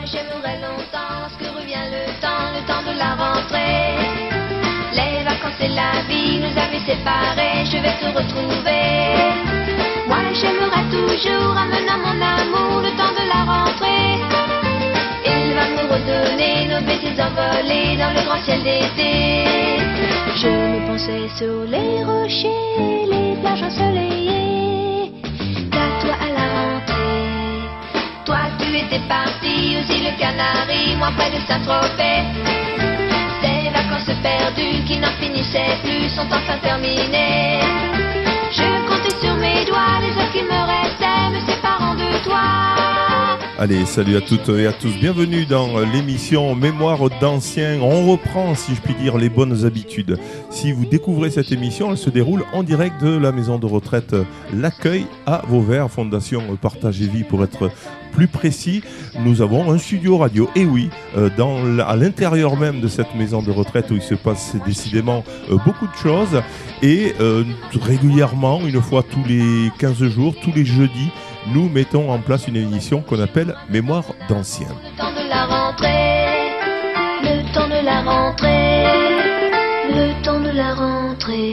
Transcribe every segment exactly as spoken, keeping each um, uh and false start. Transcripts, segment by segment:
j'aimerais longtemps ce que revient le temps, le temps de la rentrée. Les vacances et la vie nous avaient séparés, je vais te retrouver. Moi j'aimerais toujours amener mon amour le temps de la rentrée. Il va nous redonner nos baisers envolés dans le grand ciel d'été. Je me pensais sur les rochers, les plages ensoleillées. Qu'à toi à la rentrée. Toi tu étais parti aux îles Canaries, moi près de Saint-Tropez. Ces vacances perdues qui n'en finissaient plus sont enfin terminées. Je comptais sur mes doigts les heures qui me restaient me séparant de toi. Allez, salut à toutes et à tous, bienvenue dans l'émission Mémoire d'anciens. On reprend, si je puis dire, les bonnes habitudes. Si vous découvrez cette émission, elle se déroule en direct de la maison de retraite L'Accueil à Vauvert, Fondation Partage et Vie pour être plus précis. Nous avons un studio radio, et oui, euh, dans, à l'intérieur même de cette maison de retraite où il se passe décidément euh, beaucoup de choses. Et euh, régulièrement, une fois tous les quinze jours, tous les jeudis, nous mettons en place une émission qu'on appelle Mémoire d'anciens. Le temps de la rentrée, le temps de la rentrée, le temps de la rentrée.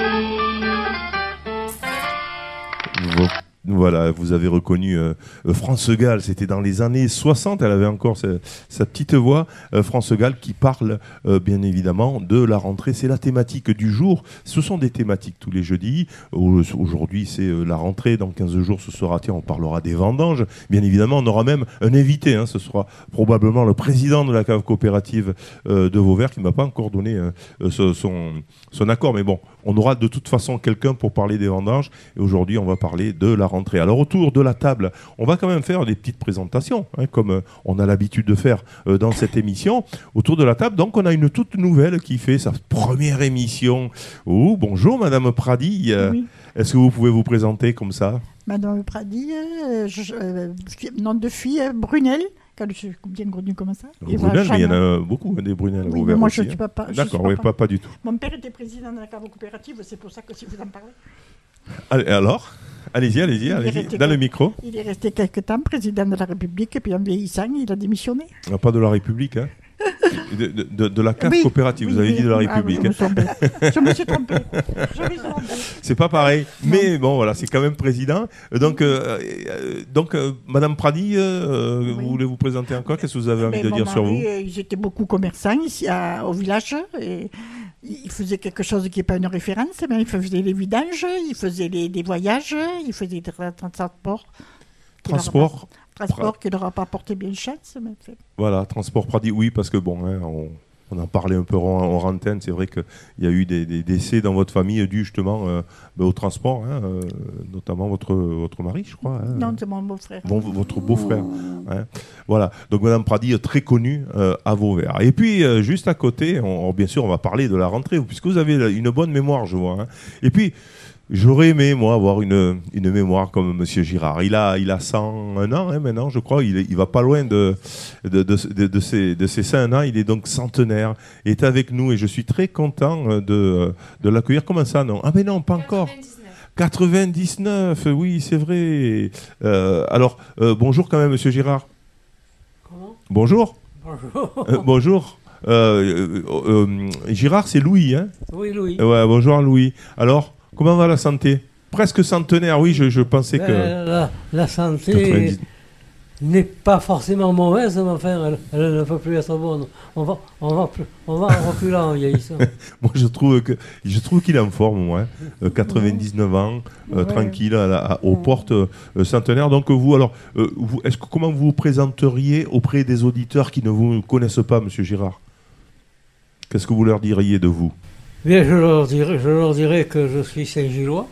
Bon. Voilà, vous avez reconnu euh, France Gall, c'était dans les années soixante, elle avait encore sa, sa petite voix, euh, France Gall qui parle euh, bien évidemment de la rentrée, c'est la thématique du jour, ce sont des thématiques tous les jeudis, aujourd'hui c'est euh, la rentrée, dans quinze jours ce sera, tiens on parlera des vendanges, bien évidemment on aura même un invité, hein, ce sera probablement le président de la cave coopérative euh, de Vauvert qui ne m'a pas encore donné euh, ce, son, son accord, mais bon, on aura de toute façon quelqu'un pour parler des vendanges, et aujourd'hui on va parler de la rentrée. Alors autour de la table, on va quand même faire des petites présentations, hein, comme euh, on a l'habitude de faire euh, dans cette émission. Autour de la table, donc on a une toute nouvelle qui fait sa première émission. Oh, bonjour Madame Prady, euh, oui. Est-ce que vous pouvez vous présenter comme ça? Madame Prady, euh, je, euh, nom de fille, euh, Brunel. Quand je suis bien connue comme ça. Et Brunel, voilà, mais il y en a beaucoup, des Brunel. Oui, mais moi, aussi, je ne suis pas... pas D'accord, oui, pas, pas du tout. Mon père était président de la cave coopérative, c'est pour ça que si vous en parlez... Allez, alors Allez-y, allez-y, allez-y, dans quel... le micro. Il est resté quelque temps président de la République, et puis en vieillissant, il a démissionné. Non, pas de la République, hein. De, de, de, de la cave oui, coopérative, oui, vous avez oui, dit de la République. Ah, oui, hein. Je me suis trompé. Je me suis trompé. C'est pas pareil, non. Mais bon, voilà, c'est quand même président. Donc, euh, euh, donc euh, Madame Prady, euh, oui. vous voulez vous présenter encore? Qu'est-ce que vous avez envie mais de dire mari, sur vous? Ils étaient beaucoup commerçants ici à, au village. Et ils faisaient quelque chose qui n'est pas une référence, mais ils faisaient les vidanges, ils faisaient les, des voyages, ils faisaient des transports. Transport Transport pra... qui leur a pas apporté bien chance. Mais c'est... Voilà, transport Prady, oui, parce que bon, hein, on, on en parlait un peu en, en antenne, c'est vrai qu'il y a eu des, des décès dans votre famille dus justement euh, ben, au transport, hein, euh, notamment votre, votre mari, je crois. Hein, non, c'est mon beau-frère. Bon, votre beau-frère. Hein. Voilà, donc Madame Prady, très connue euh, à Vauvert. Et puis, euh, juste à côté, on, on, bien sûr, on va parler de la rentrée, puisque vous avez une bonne mémoire, je vois. Hein. Et puis, j'aurais aimé, moi, avoir une, une mémoire comme Monsieur Girard. Il a, il a cent un ans hein, maintenant, je crois. Il, il va pas loin de, de, de, de, de, ses, de ses cent un ans. Il est donc centenaire. Il est avec nous et je suis très content de, de l'accueillir. Comment ça, non? Ah, mais non, pas encore. quatre-vingt-dix-neuf, oui, c'est vrai. Euh, alors, euh, bonjour quand même, Monsieur Girard. Comment? Bonjour. Bonjour. Euh, bonjour. Euh, euh, euh, Girard, c'est Louis, hein? Oui, Louis. Ouais, bonjour Louis. Alors, comment va la santé? Presque centenaire, oui, je, je pensais ben, que... La, la santé quatre-vingt-dix n'est pas forcément mauvaise, mais enfin, elle, elle ne peut plus être bonne. On va, on va, on va en reculant en vieillissant. Moi, je trouve, que, je trouve qu'il est en forme, moi. Hein. Euh, quatre-vingt-dix-neuf ans, euh, ouais. tranquille, à la, à, aux portes euh, centenaires. Donc, vous, alors, euh, vous, est-ce que, comment vous vous présenteriez auprès des auditeurs qui ne vous connaissent pas, Monsieur Girard? Qu'est-ce que vous leur diriez de vous? Bien, je leur dirais, je leur dirais que je suis Saint-Gillois,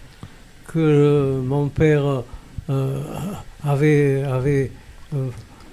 que euh, mon père euh, avait, avait euh,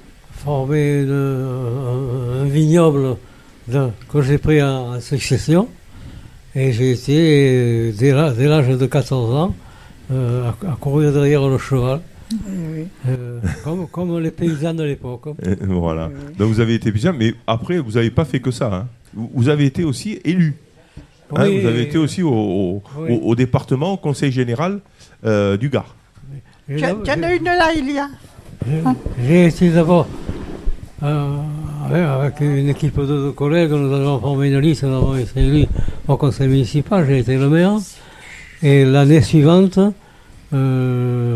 formé une, un, un vignoble de, que j'ai pris en, en succession, et j'ai été, dès, la, dès l'âge de quatorze ans, euh, à, à courir derrière le cheval. Oui. Euh, comme, comme les paysans de l'époque. Et voilà. Oui. Donc vous avez été paysan, mais après, vous n'avez pas fait que ça. Hein. Vous avez été aussi élu. Oui, hein, vous avez été aussi au, au, oui. au, au département, au conseil général euh, du Gard. Tu en as une là, il y a. J'ai, j'ai été d'abord euh, avec une équipe de, de collègues, nous avons formé une liste, nous avons été élus au conseil municipal, j'ai été le maire. Et l'année suivante, euh,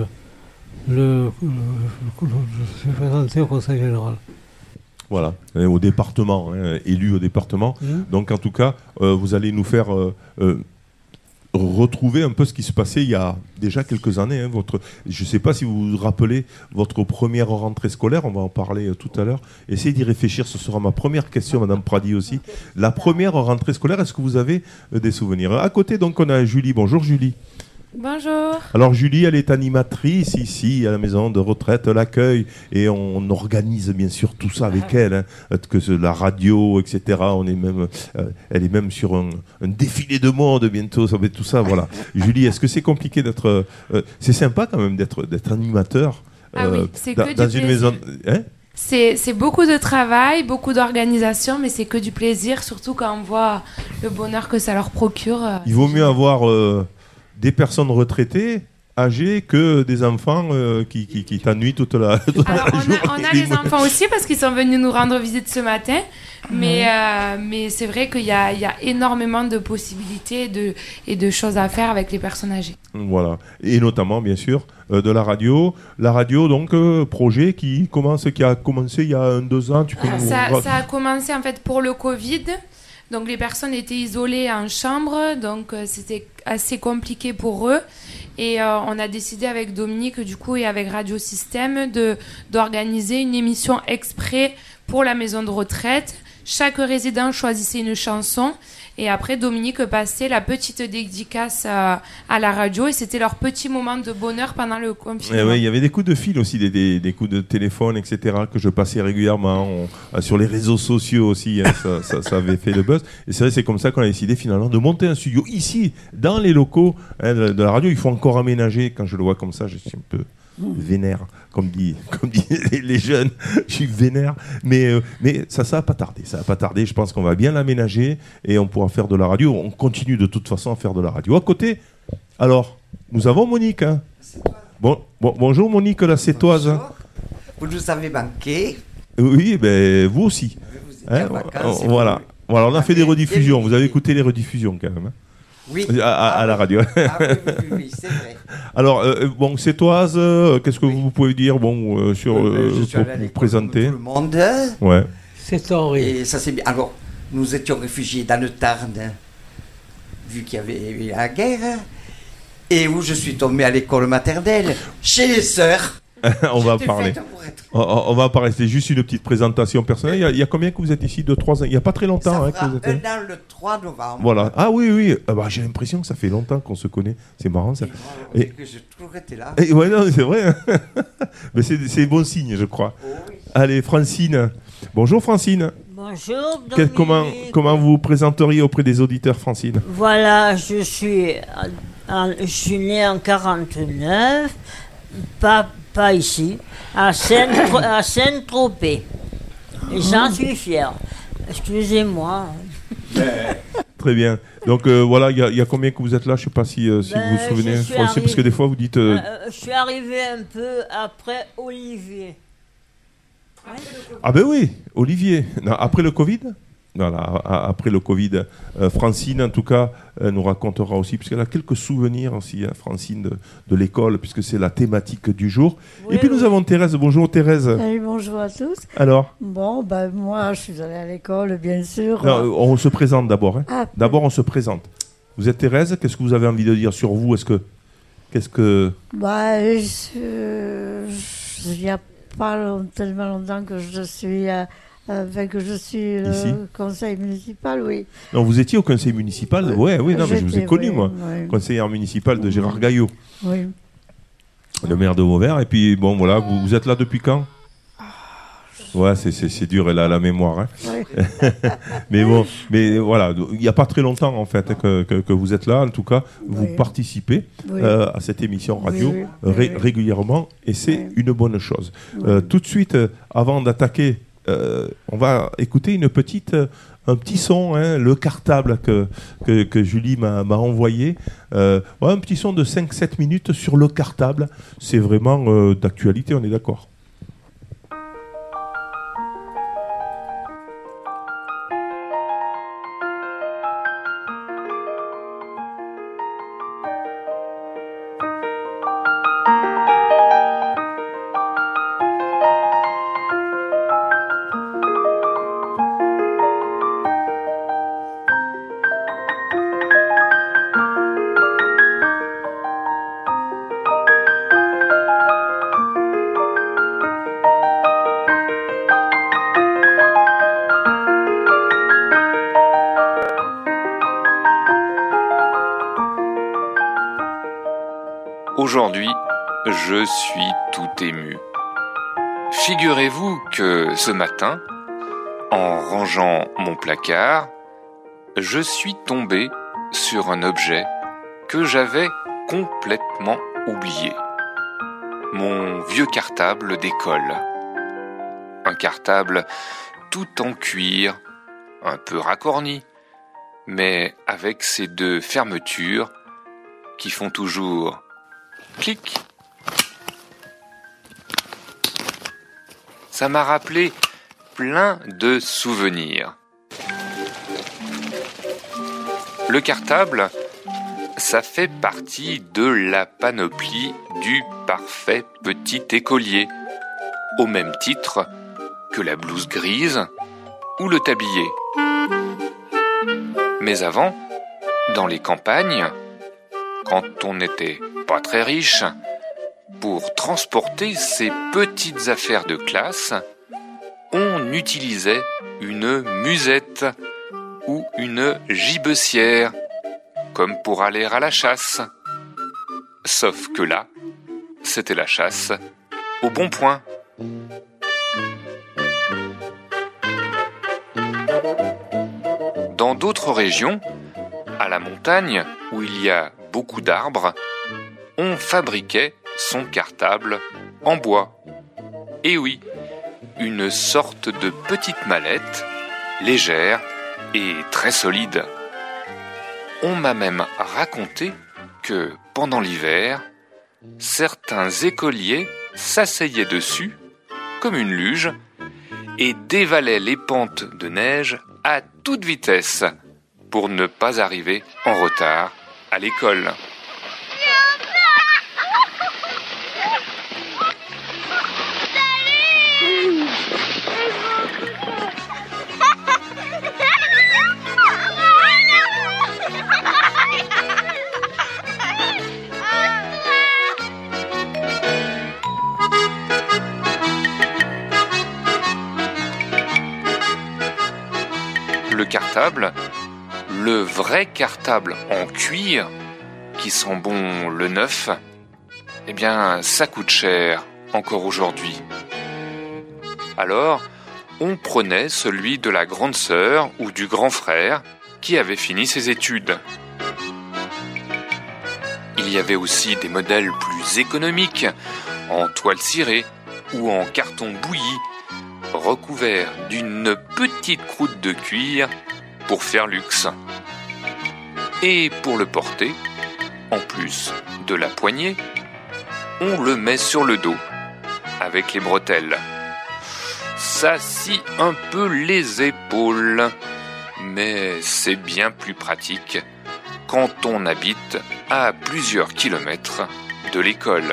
le, le, le, je suis présenté au conseil général. Voilà, au département, hein, élu au département. Mmh. Donc en tout cas, euh, vous allez nous faire euh, euh, retrouver un peu ce qui se passait il y a déjà quelques années. Hein, votre, je ne sais pas si vous vous rappelez votre première rentrée scolaire, on va en parler euh, tout à l'heure. Essayez d'y réfléchir, ce sera ma première question, Madame Prady aussi. La première rentrée scolaire, est-ce que vous avez euh, des souvenirs? À côté, donc, on a Julie. Bonjour Julie. Bonjour. Alors Julie, elle est animatrice ici à la maison de retraite, l'accueil, et on organise bien sûr tout ça avec elle, hein, que la radio, et cetera. On est même, euh, elle est même sur un, un défilé de mode bientôt, ça va être tout ça, voilà. Julie, est-ce que c'est compliqué d'être, euh, c'est sympa quand même d'être, d'être animateur euh, ah oui, c'est que dans du une plaisir. maison, hein? C'est, c'est beaucoup de travail, beaucoup d'organisation, mais c'est que du plaisir, surtout quand on voit le bonheur que ça leur procure. Euh, Il vaut mieux avoir euh, des personnes retraitées, âgées, que des enfants euh, qui, qui, qui t'ennuient toute la, toute Alors, la on journée. a, on a les enfants aussi parce qu'ils sont venus nous rendre visite ce matin, mais, Mmh. euh, mais c'est vrai qu'il y a, il y a énormément de possibilités de, et de choses à faire avec les personnes âgées. Voilà, et notamment bien sûr euh, de la radio. La radio, donc euh, projet qui commence, qui a commencé il y a un deux ans. Tu peux nous... ça, ça a commencé en fait pour le Covid. Donc les personnes étaient isolées en chambre, donc euh, c'était assez compliqué pour eux. Et euh, on a décidé avec Dominique, du coup, et avec Radio Système, de, d'organiser une émission exprès pour la maison de retraite. Chaque résident choisissait une chanson. Et après, Dominique passait la petite dédicace à, à la radio. Et c'était leur petit moment de bonheur pendant le confinement. Eh ouais, il y avait des coups de fil aussi, des, des, des coups de téléphone, et cetera, que je passais régulièrement. On, sur les réseaux sociaux aussi, hein, ça, ça, ça avait fait le buzz. Et c'est vrai, c'est comme ça qu'on a décidé finalement de monter un studio ici, dans les locaux hein, de, de la radio. Il faut encore aménager. Quand je le vois comme ça, je suis un peu vénère, comme disent comme dit les, les jeunes. Je suis vénère. Mais, euh, mais ça, ça va pas tarder. Ça va pas tarder. Je pense qu'on va bien l'aménager et on pourra faire de la radio. On continue de toute façon à faire de la radio. À côté, alors, nous avons Monique. Hein. Bon, bon, bonjour Monique, la Sétoise. Bonjour. Vous nous avez manqué. Oui, ben, vous aussi. Vous étiez Hein, en vacances, on, voilà. Voilà, on a fait des rediffusions. Vous avez écouté écouté les rediffusions quand même. Hein. Oui. À, à, à la radio. Ah oui, oui, oui, oui, c'est vrai. Alors, euh, bon, Sétoise, euh, qu'est-ce que Oui. vous pouvez dire bon, euh, sur, euh, je suis pour allé à vous l'école présenter comme tout le monde. Ouais. C'est Henri. Et ça c'est bien. Alors, nous étions réfugiés dans le Tarn, vu qu'il y avait eu la guerre, et où je suis tombé à l'école maternelle, chez les sœurs. On va en J'étais parler. faite pour être- On, on va en parler. C'est juste une petite présentation personnelle. Il y a, il y a combien que vous êtes ici? Deux, trois ans. Il n'y a pas très longtemps Ça hein, fera que vous êtes un là. an le trois novembre. Voilà. Ah oui, oui. Ah bah, j'ai l'impression que ça fait longtemps qu'on se connaît. C'est marrant ça. Et moi, Et- que j'ai toujours été là. Et ouais, non, c'est vrai. Hein. Mais c'est, c'est bon signe, je crois. Oh oui. Allez, Francine. Bonjour, Francine. Bonjour, Quel- comment, Dominique. comment vous vous présenteriez auprès des auditeurs, Francine? Voilà, je suis, en- en- je suis née en quarante-neuf, pas, pas ici, à Saint- à Saint-Tropez. Et j'en suis fière. Excusez-moi. Très bien. Donc euh, voilà, il y, a- il y a combien que vous êtes là? Je ne sais pas si, euh, si Ben, vous vous souvenez. je suis Francine, parce que arrivée- des fois vous dites. euh, Euh, je suis arrivée un peu après Olivier. Ah ben oui, Olivier. Non, après le Covid. Voilà, a- a- après le Covid, euh, Francine, en tout cas, euh, nous racontera aussi, puisqu'elle a quelques souvenirs aussi, hein, Francine, de, de l'école, puisque c'est la thématique du jour. Oui, Et puis nous oui. avons Thérèse. Bonjour Thérèse. Allez, bonjour à tous. Alors, Bon, ben moi, je suis allée à l'école, bien sûr. non, euh, on se présente d'abord. hein. Ah, D'abord, on se présente. Vous êtes Thérèse. Qu'est-ce que vous avez envie de dire sur vous? Est-ce que, qu'est-ce que, bah, je- je- il n'y a pas long- tellement longtemps que je suis, euh, enfin, que je suis le Ici conseil municipal, oui. non, vous étiez au conseil municipal. Ouais, oui, non, mais je vous ai J'étais, connu oui, moi, oui, conseillère municipal de Gérard Gaillot, oui. le maire de Vauvert. Et puis bon, voilà, vous, vous êtes là depuis quand? Ouais, c'est, c'est, c'est dur, elle a la mémoire. Hein. Oui. Mais bon, mais voilà, il n'y a pas très longtemps en fait que, que, que vous êtes là. En tout cas, vous Oui. participez Oui. euh, à cette émission radio Oui, oui, ré- oui, oui. régulièrement et c'est Oui. une bonne chose. Oui. Euh, tout de suite, euh, avant d'attaquer, euh, on va écouter une petite, euh, un petit son, hein, le cartable que, que, que Julie m'a, m'a envoyé. Euh, ouais, un petit son de cinq sept minutes sur le cartable. C'est vraiment euh, d'actualité, on est d'accord. Aujourd'hui, je suis tout ému. Figurez-vous que ce matin, en rangeant mon placard, je suis tombé sur un objet que j'avais complètement oublié. Mon vieux cartable d'école. Un cartable tout en cuir, un peu racorni, mais avec ses deux fermetures qui font toujours clic. Ça m'a rappelé plein de souvenirs. Le cartable, ça fait partie de la panoplie du parfait petit écolier, au même titre que la blouse grise ou le tablier. Mais avant, dans les campagnes, quand on n'était pas très riche, pour transporter ses petites affaires de classe, on utilisait une musette ou une gibecière, comme pour aller à la chasse. Sauf que là, c'était la chasse au bon point. Dans d'autres régions, à la montagne, où il y a beaucoup d'arbres, on fabriquait son cartable en bois. Et oui, une sorte de petite mallette, légère et très solide. On m'a même raconté que, pendant l'hiver, certains écoliers s'asseyaient dessus, comme une luge, et dévalaient les pentes de neige à toute vitesse, pour ne pas arriver en retard à l'école. Le cartable, le vrai cartable en cuir, qui sent bon le neuf, eh bien, ça coûte cher encore aujourd'hui. Alors, on prenait celui de la grande sœur ou du grand frère qui avait fini ses études. Il y avait aussi des modèles plus économiques, en toile cirée ou en carton bouilli, recouvert d'une petite croûte de cuir pour faire luxe. Et pour le porter, en plus de la poignée, on le met sur le dos, avec les bretelles. Ça scie un peu les épaules, mais c'est bien plus pratique quand on habite à plusieurs kilomètres de l'école.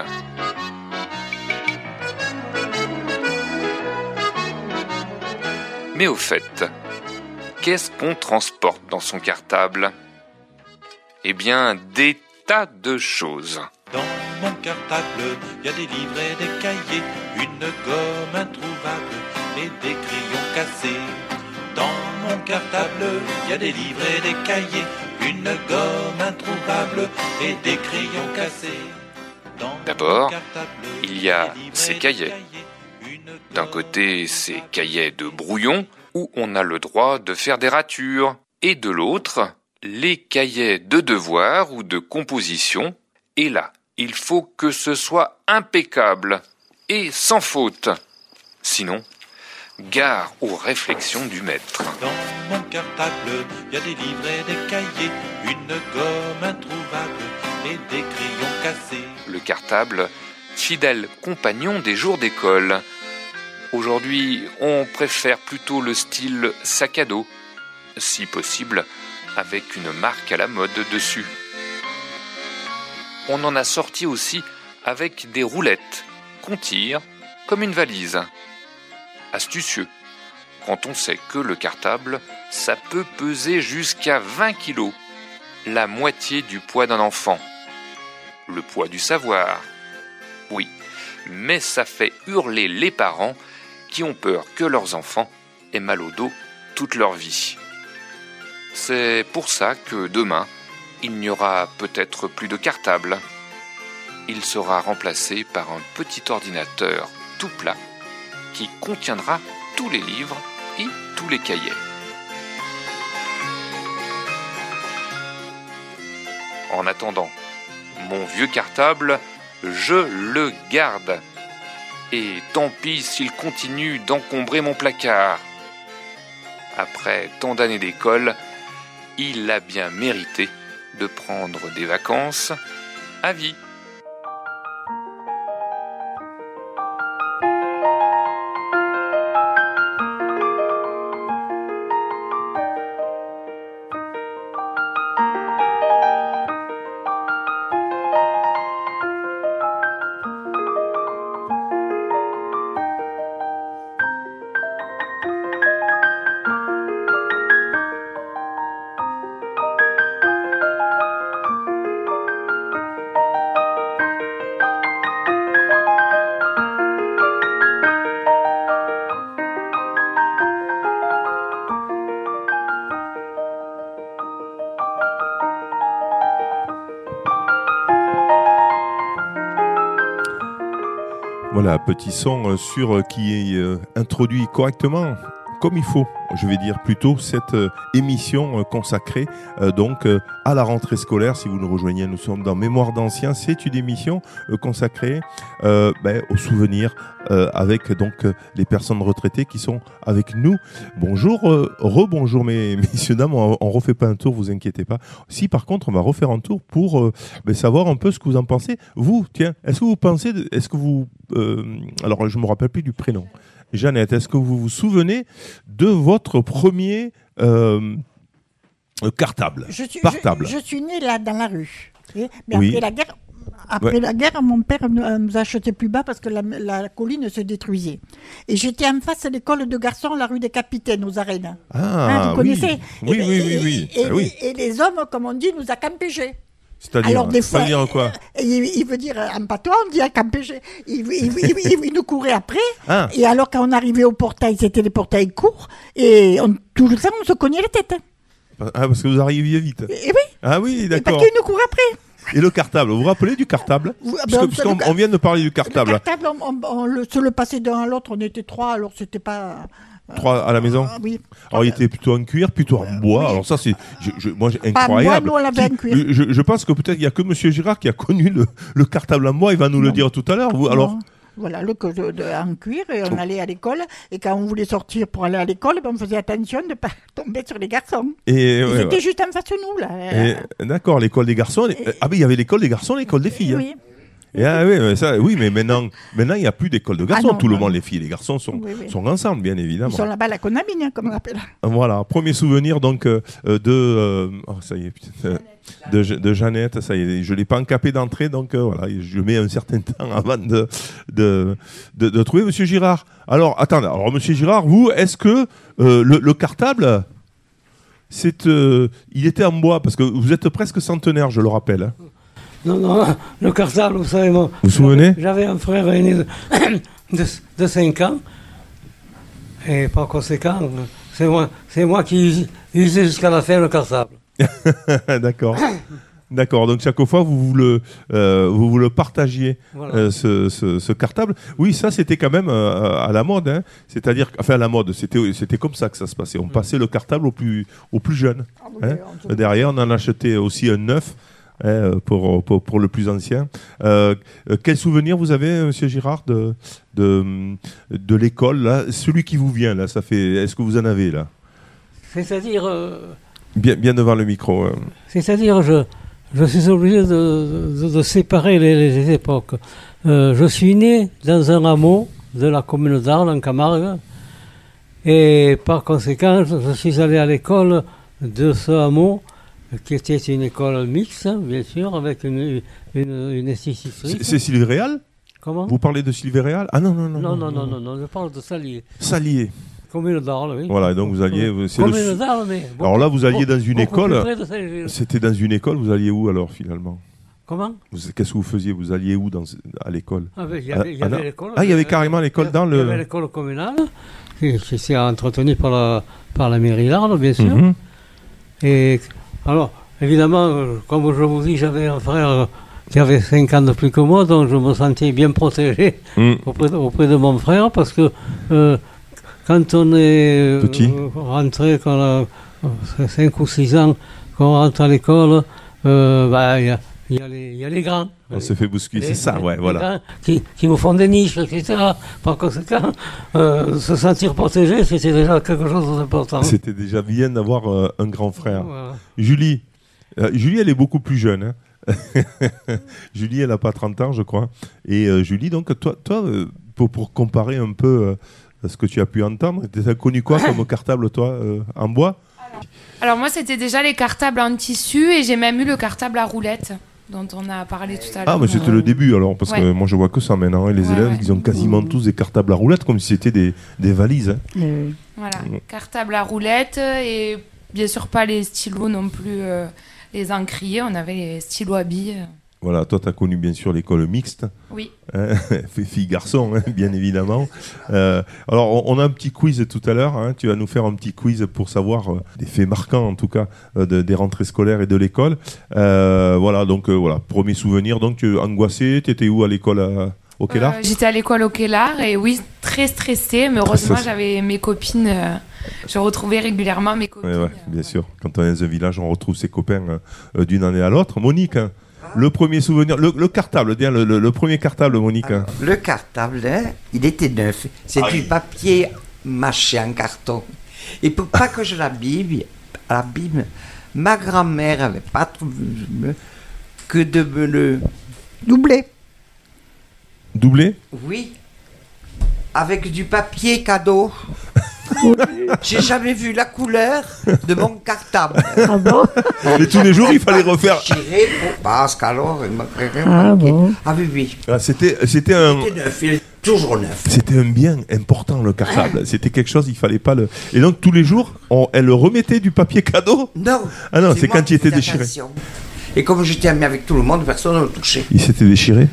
Mais au fait, qu'est-ce qu'on transporte dans son cartable ? Eh bien, des tas de choses. Dans mon cartable, il y a des livres et des cahiers, une gomme introuvable et des crayons cassés. Dans mon cartable, il y a des livres et des cahiers, une gomme introuvable et des crayons cassés. D'abord, il y a ces cahiers. D'un côté, ces cahiers de brouillon, où on a le droit de faire des ratures, et de l'autre, les cahiers de devoirs ou de composition, et là, il faut que ce soit impeccable et sans faute. Sinon, gare aux réflexions du maître. Dans mon cartable, il y a des livres et des cahiers, une gomme introuvable et des crayons cassés. Le cartable, fidèle compagnon des jours d'école. Aujourd'hui, on préfère plutôt le style sac à dos, si possible, avec une marque à la mode dessus. On en a sorti aussi avec des roulettes qu'on tire comme une valise. Astucieux, quand on sait que le cartable, ça peut peser jusqu'à vingt kilos, la moitié du poids d'un enfant. Le poids du savoir. Oui, mais ça fait hurler les parents qui ont peur que leurs enfants aient mal au dos toute leur vie. C'est pour ça que demain, il n'y aura peut-être plus de cartable. il sera remplacé par un petit ordinateur tout plat qui contiendra tous les livres et tous les cahiers. En attendant, mon vieux cartable, je le garde. Et tant pis s'il continue d'encombrer mon placard. Après tant d'années d'école, il a bien mérité de prendre des vacances à vie. Voilà, petit son euh, sur euh, qui est euh, introduit correctement, comme il faut, je vais dire plutôt, cette euh, émission euh, consacrée euh, donc euh, à la rentrée scolaire. Si vous nous rejoignez, nous sommes dans Mémoire d'anciens. C'est une émission euh, consacrée euh, ben, aux souvenirs euh, avec donc euh, les personnes retraitées qui sont avec nous. Bonjour, euh, rebonjour mes messieurs dames. On, on refait pas un tour, vous inquiétez pas. Si par contre, on va refaire un tour pour euh, ben, savoir un peu ce que vous en pensez. Vous, tiens, est-ce que vous pensez, de, est-ce que vous, euh, alors je me rappelle plus du prénom. Jeannette, est-ce que vous vous souvenez de votre premier euh, cartable, je suis, portable je, je suis née là, dans la rue. Mais oui. après, la guerre, après ouais. la guerre, mon père nous a acheté plus bas parce que la, la colline se détruisait. Et j'étais en face de l'école de garçons, la rue des Capitaines, aux Arènes. Ah, hein, vous connaissez oui. Oui, et, oui, et, oui, oui. Et, ah, et, oui. et les hommes, comme on dit, nous a campégés. C'est-à-dire, alors des fois, c'est-à-dire quoi il, il veut dire en patois, on dit à campéger. Il, il, il, il, il nous courait après. Ah. Et alors quand on arrivait au portail, c'était des portails courts. Et on, tout le temps, on se cognait la tête. Ah, parce que vous arriviez vite. Et, et oui. Ah oui, d'accord. Et parce qu'il nous courait après. Et le cartable, vous vous rappelez du cartable? Vous, Parce ben, que, parce qu'on le, on vient de parler du cartable. Le cartable, on, on, on le, se le passait d'un à l'autre, on était trois, alors c'était pas... Trois à la maison. Euh, oui. Alors il était plutôt en cuir, plutôt en bois. Oui. Alors ça c'est, je, je, moi j'ai incroyable. Pas en bois, nous on l'avait en cuir. Je, je pense que peut-être il y a que Monsieur Girard qui a connu le, le cartable en bois. Il va nous non. le dire tout à l'heure. Vous, alors. Voilà, le de, de, en cuir, et on oh. allait à l'école, et quand on voulait sortir pour aller à l'école, ben on faisait attention de ne pas tomber sur les garçons. Et, Ils ouais, étaient ouais. juste en face de nous, là. Et, d'accord, l'école des garçons. Et, ah ben il y avait l'école des garçons, l'école des filles. Oui. Hein. Et ah, oui, mais ça, oui, mais maintenant, maintenant il n'y a plus d'école de garçons. Ah non, Tout non. le monde, les filles et les garçons sont, oui, oui. sont ensemble, bien évidemment. Ils sont là-bas à la Conamine, comme on l'appelle. Voilà, premier souvenir donc euh, de, euh, oh, ça y est, putain, euh, de, de Jeannette. Ça y est, je l'ai pas encapé d'entrée, donc euh, voilà, je mets un certain temps avant de de, de, de trouver Monsieur Girard. Alors, attendez, alors Monsieur Girard, vous, est-ce que euh, le, le cartable, c'est, euh, il était en bois parce que vous êtes presque centenaire, je le rappelle. Hein. Non, non, le cartable, vous savez, moi. Vous vous souvenez ? J'avais un frère aîné de, de, de cinq ans. Et par conséquent, c'est moi, c'est moi qui usais jusqu'à la fin le cartable. D'accord. D'accord. Donc chaque fois, vous vous le, euh, vous, vous le partagiez, voilà. euh, ce, ce, ce cartable. Oui, ça, c'était quand même euh, à la mode. Hein. C'est-à-dire, enfin, à la mode, c'était, c'était comme ça que ça se passait. On passait le cartable aux plus, aux plus jeunes. Ah, oui, hein. Derrière, on en achetait aussi un neuf. Hein, pour, pour, pour le plus ancien. Euh, quel souvenir vous avez, Monsieur Girard, de, de, de l'école là, celui qui vous vient, là, ça fait... Est-ce que vous en avez, là ? C'est-à-dire... Euh, bien, bien devant le micro. Euh. C'est-à-dire, je, je suis obligé de, de, de séparer les, les époques. Euh, je suis né dans un hameau de la commune d'Arles, en Camargue, et par conséquent, je suis allé à l'école de ce hameau, qui était une école mixte, bien sûr, avec une, une, une institutrice. C'est Sylvie Réal ? Comment ? Vous parlez de Sylvie Réal ? Ah non, non, non. Non, non, non, non, non, je parle de Salier. Salier. Commune d'Arles, oui. Voilà, donc vous alliez... C'est Commune le... d'Arles, mais... Bon, alors là, vous alliez bon, dans une bon, école... C'était dans une école, vous alliez où alors, finalement ? Comment ? vous, Qu'est-ce que vous faisiez ? Vous alliez où dans, à l'école ? Ah, il y avait, il y avait ah, l'école. Ah, il y avait carrément l'école dans le... Il y avait l'école communale, qui, qui s'est entretenue par la, par la mairie d'Arles, bien sûr. Mm-hmm. Et alors... Évidemment, comme je vous dis, j'avais un frère qui avait cinq ans de plus que moi, donc je me sentais bien protégé Mm. auprès, de, auprès de mon frère, parce que euh, quand on est Petit. euh, rentré, quand on a cinq ou six ans, quand on rentre à l'école, euh, bah, il y a, il y a les- il y a les grands. On se fait bousculer, Les- c'est ça, ouais, les voilà. grands Qui, qui nous font des niches, et cetera. Par conséquent, euh, se sentir protégé, c'était déjà quelque chose d'important. C'était déjà bien d'avoir euh, un grand frère. Voilà. Julie, euh, Julie, elle est beaucoup plus jeune. hein. Julie, elle n'a pas trente ans, je crois. Et euh, Julie, donc, toi, toi euh, pour, pour comparer un peu euh, ce que tu as pu entendre, tu as connu quoi comme cartable, toi, euh, en bois? Alors moi, c'était déjà les cartables en tissu et j'ai même eu le cartable à roulettes dont on a parlé tout à l'heure. Ah, mais c'était le début alors, parce que Ouais. moi je vois que ça maintenant. Et les Ouais, élèves, ouais. ils ont quasiment tous des cartables à roulettes, comme si c'était des, des valises. hein. Euh, Voilà, Mm. cartable à roulettes et bien sûr pas les stylos non plus, euh, les encriers, on avait les stylos à billes. Voilà, toi, tu as connu bien sûr l'école mixte. Oui. Hein, filles-garçons, hein, bien évidemment. Euh, alors, on, on a un petit quiz tout à l'heure. hein. Tu vas nous faire un petit quiz pour savoir euh, des faits marquants, en tout cas, euh, de- des rentrées scolaires et de l'école. Euh, voilà, donc, euh, voilà, premier souvenir. Donc, tu angoissé, tu étais où à l'école à- au Kellar Euh, J'étais à l'école au Kellar et oui, très stressée, mais heureusement Ça, c'est- j'avais mes copines, euh, je retrouvais régulièrement mes copines. Ouais, ouais, bien sûr. Quand on est dans un village, on retrouve ses copains euh, d'une année à l'autre. Monique, hein, le premier souvenir, le, le cartable, bien, le, le- le premier cartable, Monique. hein. Le cartable, hein, il était neuf. C'est Ah du oui. papier mâché en carton. Et pour pas que je l'abîme, l'abîme, ma grand-mère avait pas trouvé que de me le... doublé. Doublé Oui, avec du papier cadeau. J'ai jamais vu la couleur de mon cartable. Ah bon? Mais tous les jours, il fallait refaire. Tiré pour... Parce qu'alors, il m'a Ah bon? Ah oui, oui. Ah, c'était, c'était un. Il était neuf, il est toujours neuf. C'était un bien important, le cartable. C'était quelque chose, il fallait pas le. Et donc tous les jours, on- elle remettait du papier cadeau. Non. Ah non, c'est moi quand qui il était faisais déchiré. attention. Et comme j'étais ami avec tout le monde, personne ne le touchait. Il s'était déchiré.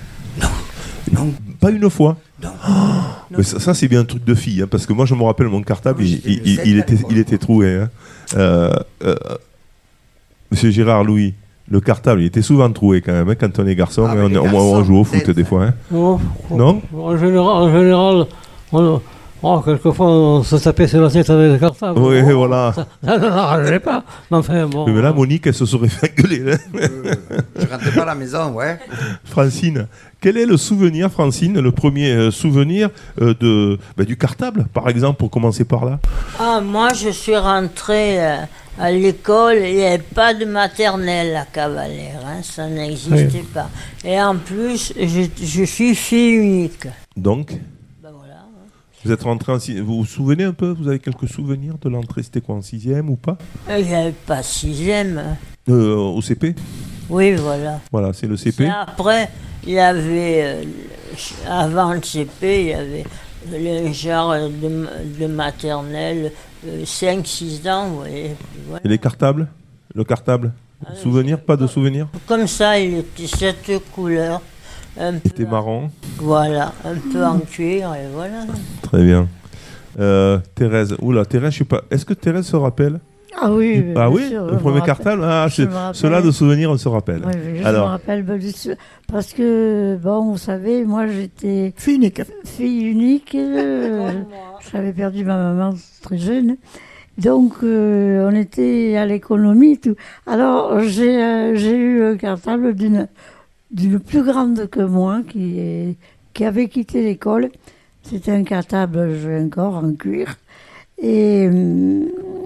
Non. Pas une fois. Non. Mais ça, ça, c'est bien un truc de fille, hein, parce que moi je me rappelle mon cartable, Oui, il, j'étais il- le il- seul il à était, l'époque. il était troué. hein. Euh, euh, Monsieur Gérard Louis, le cartable, il était souvent troué quand même, hein, quand on est garçon, Ah, et mais on, les on- on garçons, joue au foot peut-être. des fois. hein. Non, Non en général, en général on, oh, quelquefois on se tapait sur la tête avec le cartable. Oui, Oh, voilà. Ça ça ne l'arrangeait pas. Mais enfin, bon. Mais là, Monique, elle se serait fait gueuler. hein. Euh, je rentrais pas à la maison, ouais. Francine, quel est le souvenir, Francine, le premier euh, souvenir euh, de, bah, du cartable, par exemple, pour commencer par là? Ah, moi, je suis rentrée euh, à l'école, il n'y avait pas de maternelle à Cavalère, hein, ça n'existait pas. Et en plus, je, je suis fille unique. Donc, Ben voilà. hein. vous êtes rentré en sixième. Vous vous souvenez un peu? Vous avez quelques souvenirs de l'entrée? C'était quoi, en sixième ou pas? Il n'y avait pas sixième. hein. Euh, Au C P? Oui, voilà. Voilà, c'est le C P. Et après, il y avait, euh, avant le C P, il y avait le genre de, de maternelle, euh, cinq six ans, vous voyez. puis voilà. Et les cartables? Le cartable? Ah, Souvenir? Pas de souvenir? Comme ça, il était cette couleur, un Il peu, était marron. voilà, un peu en cuir, et voilà. Très bien. Euh, Thérèse, oula, Thérèse, je sais pas. Est-ce que Thérèse se rappelle? Ah oui, Du- bien Ah oui, sûr, je le me premier rappelle. cartable. Ah, Je c'est- me rappelle. cela de souvenirs, on se rappelle. Oui, oui, je Alors. me rappelle ben, du sou- parce que, bon, vous savez, moi j'étais Fille unique. fille unique, euh, j'avais perdu ma maman très jeune, donc euh, on était à l'économie, tout. Alors j'ai euh, j'ai eu un cartable d'une d'une plus grande que moi qui, est, qui avait quitté l'école. C'était un cartable, je l'ai encore, en cuir. Et hum,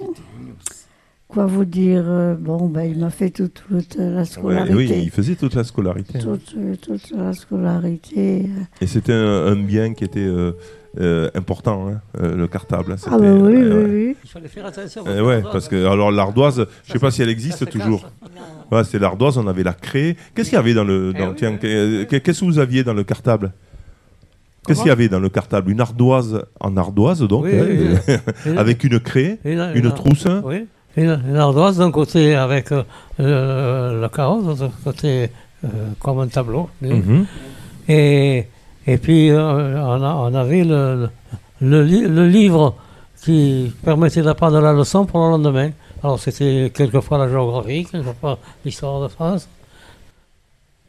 quoi vous dire, euh, bon, ben, il m'a fait toute, toute la Ouais, scolarité. oui, il faisait toute la scolarité. Toute, euh, toute la scolarité. euh. Et c'était un, un bien qui était euh, euh, important, hein, euh, le cartable. hein, Ah c'était, bah oui, euh, oui, ouais. oui. Il fallait faire attention. Eh ouais, parce que alors l'ardoise, je sais pas si elle existe ça se toujours. casse. Ouais, c'était l'ardoise, on avait la craie. Qu'est-ce qu'il y avait dans le, Eh dans- oui, tiens, oui. qu'est- qu'est-ce que vous aviez dans le cartable? Qu'est-ce Comment qu'il y avait dans le cartable? Une ardoise en ardoise, donc, Oui, hein, oui, oui. avec une craie, Une, une une- trousse. hein. Oui, une, une ardoise d'un côté avec euh, le, le carreau, de l'autre côté euh, comme un tableau. Mhm. Et, et puis euh, on, a- on avait le, le, li- le livre qui permettait d'apprendre la leçon pour le lendemain. Alors c'était quelquefois la géographie, quelquefois l'histoire de France.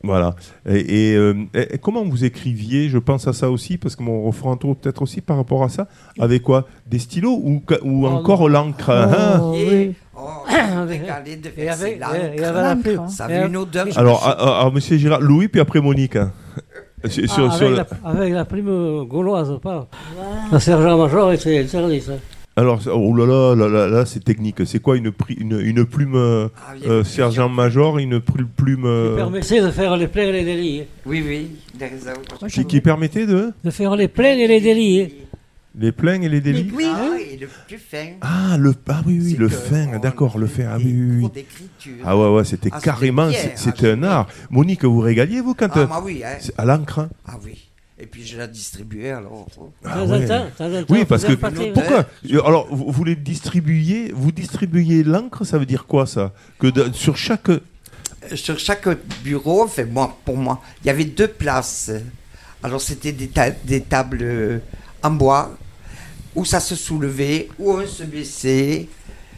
Voilà. Et, et, euh, et comment vous écriviez? Je pense à ça aussi, parce que mon refrain tour peut-être aussi par rapport à ça. Avec quoi? Des stylos ou, ou encore non. l'encre Oh, hein oui. Oh, Avec- régalé de et faire avec- ses lancres. et avec la plume. Ça Et avait avec- une odeur. Alors, à- à- alors, monsieur Girard, Louis, puis après Monique. hein. Sur- Ah, sur- avec, sur le- la, avec la plume gauloise, pas. La sergent-major était interdit, ça. Alors, oh là là, là, là, là, c'est technique. C'est quoi une, pri- une, une plume euh, Ah, il y a euh, une sergent-major, une pl- plume euh, Qui permettait de faire les pleins et les délits. Oui, oui, il a raison. qui, qui permettait de De faire les pleins et les délits. les pleins et les délits. Oui, Ah, et le plus fin. Ah, le ah oui oui C'est le que fin, on d'accord, le fin. Ah des oui oui. cours oui. d'écriture. Ah ouais ouais, c'était Ah, c'était carrément, bien, c'est- ah, c'était un j'ai- art. Monique, vous régaliez vous quand Ah, euh, moi, oui, hein. c'est à l'encre hein Ah, oui. Et puis je la distribuais alors. Ah De temps en ouais. temps, de temps en temps, Oui, parce vous que avez pâté, pourquoi alors vous, vous les distribuiez, vous distribuiez l'encre, ça veut dire quoi ça? Que de- sur chaque Sur chaque bureau, enfin, moi, pour moi, il y avait deux places. Alors c'était des, ta- des tables euh, en bois où ça se soulevait, où on se baissait.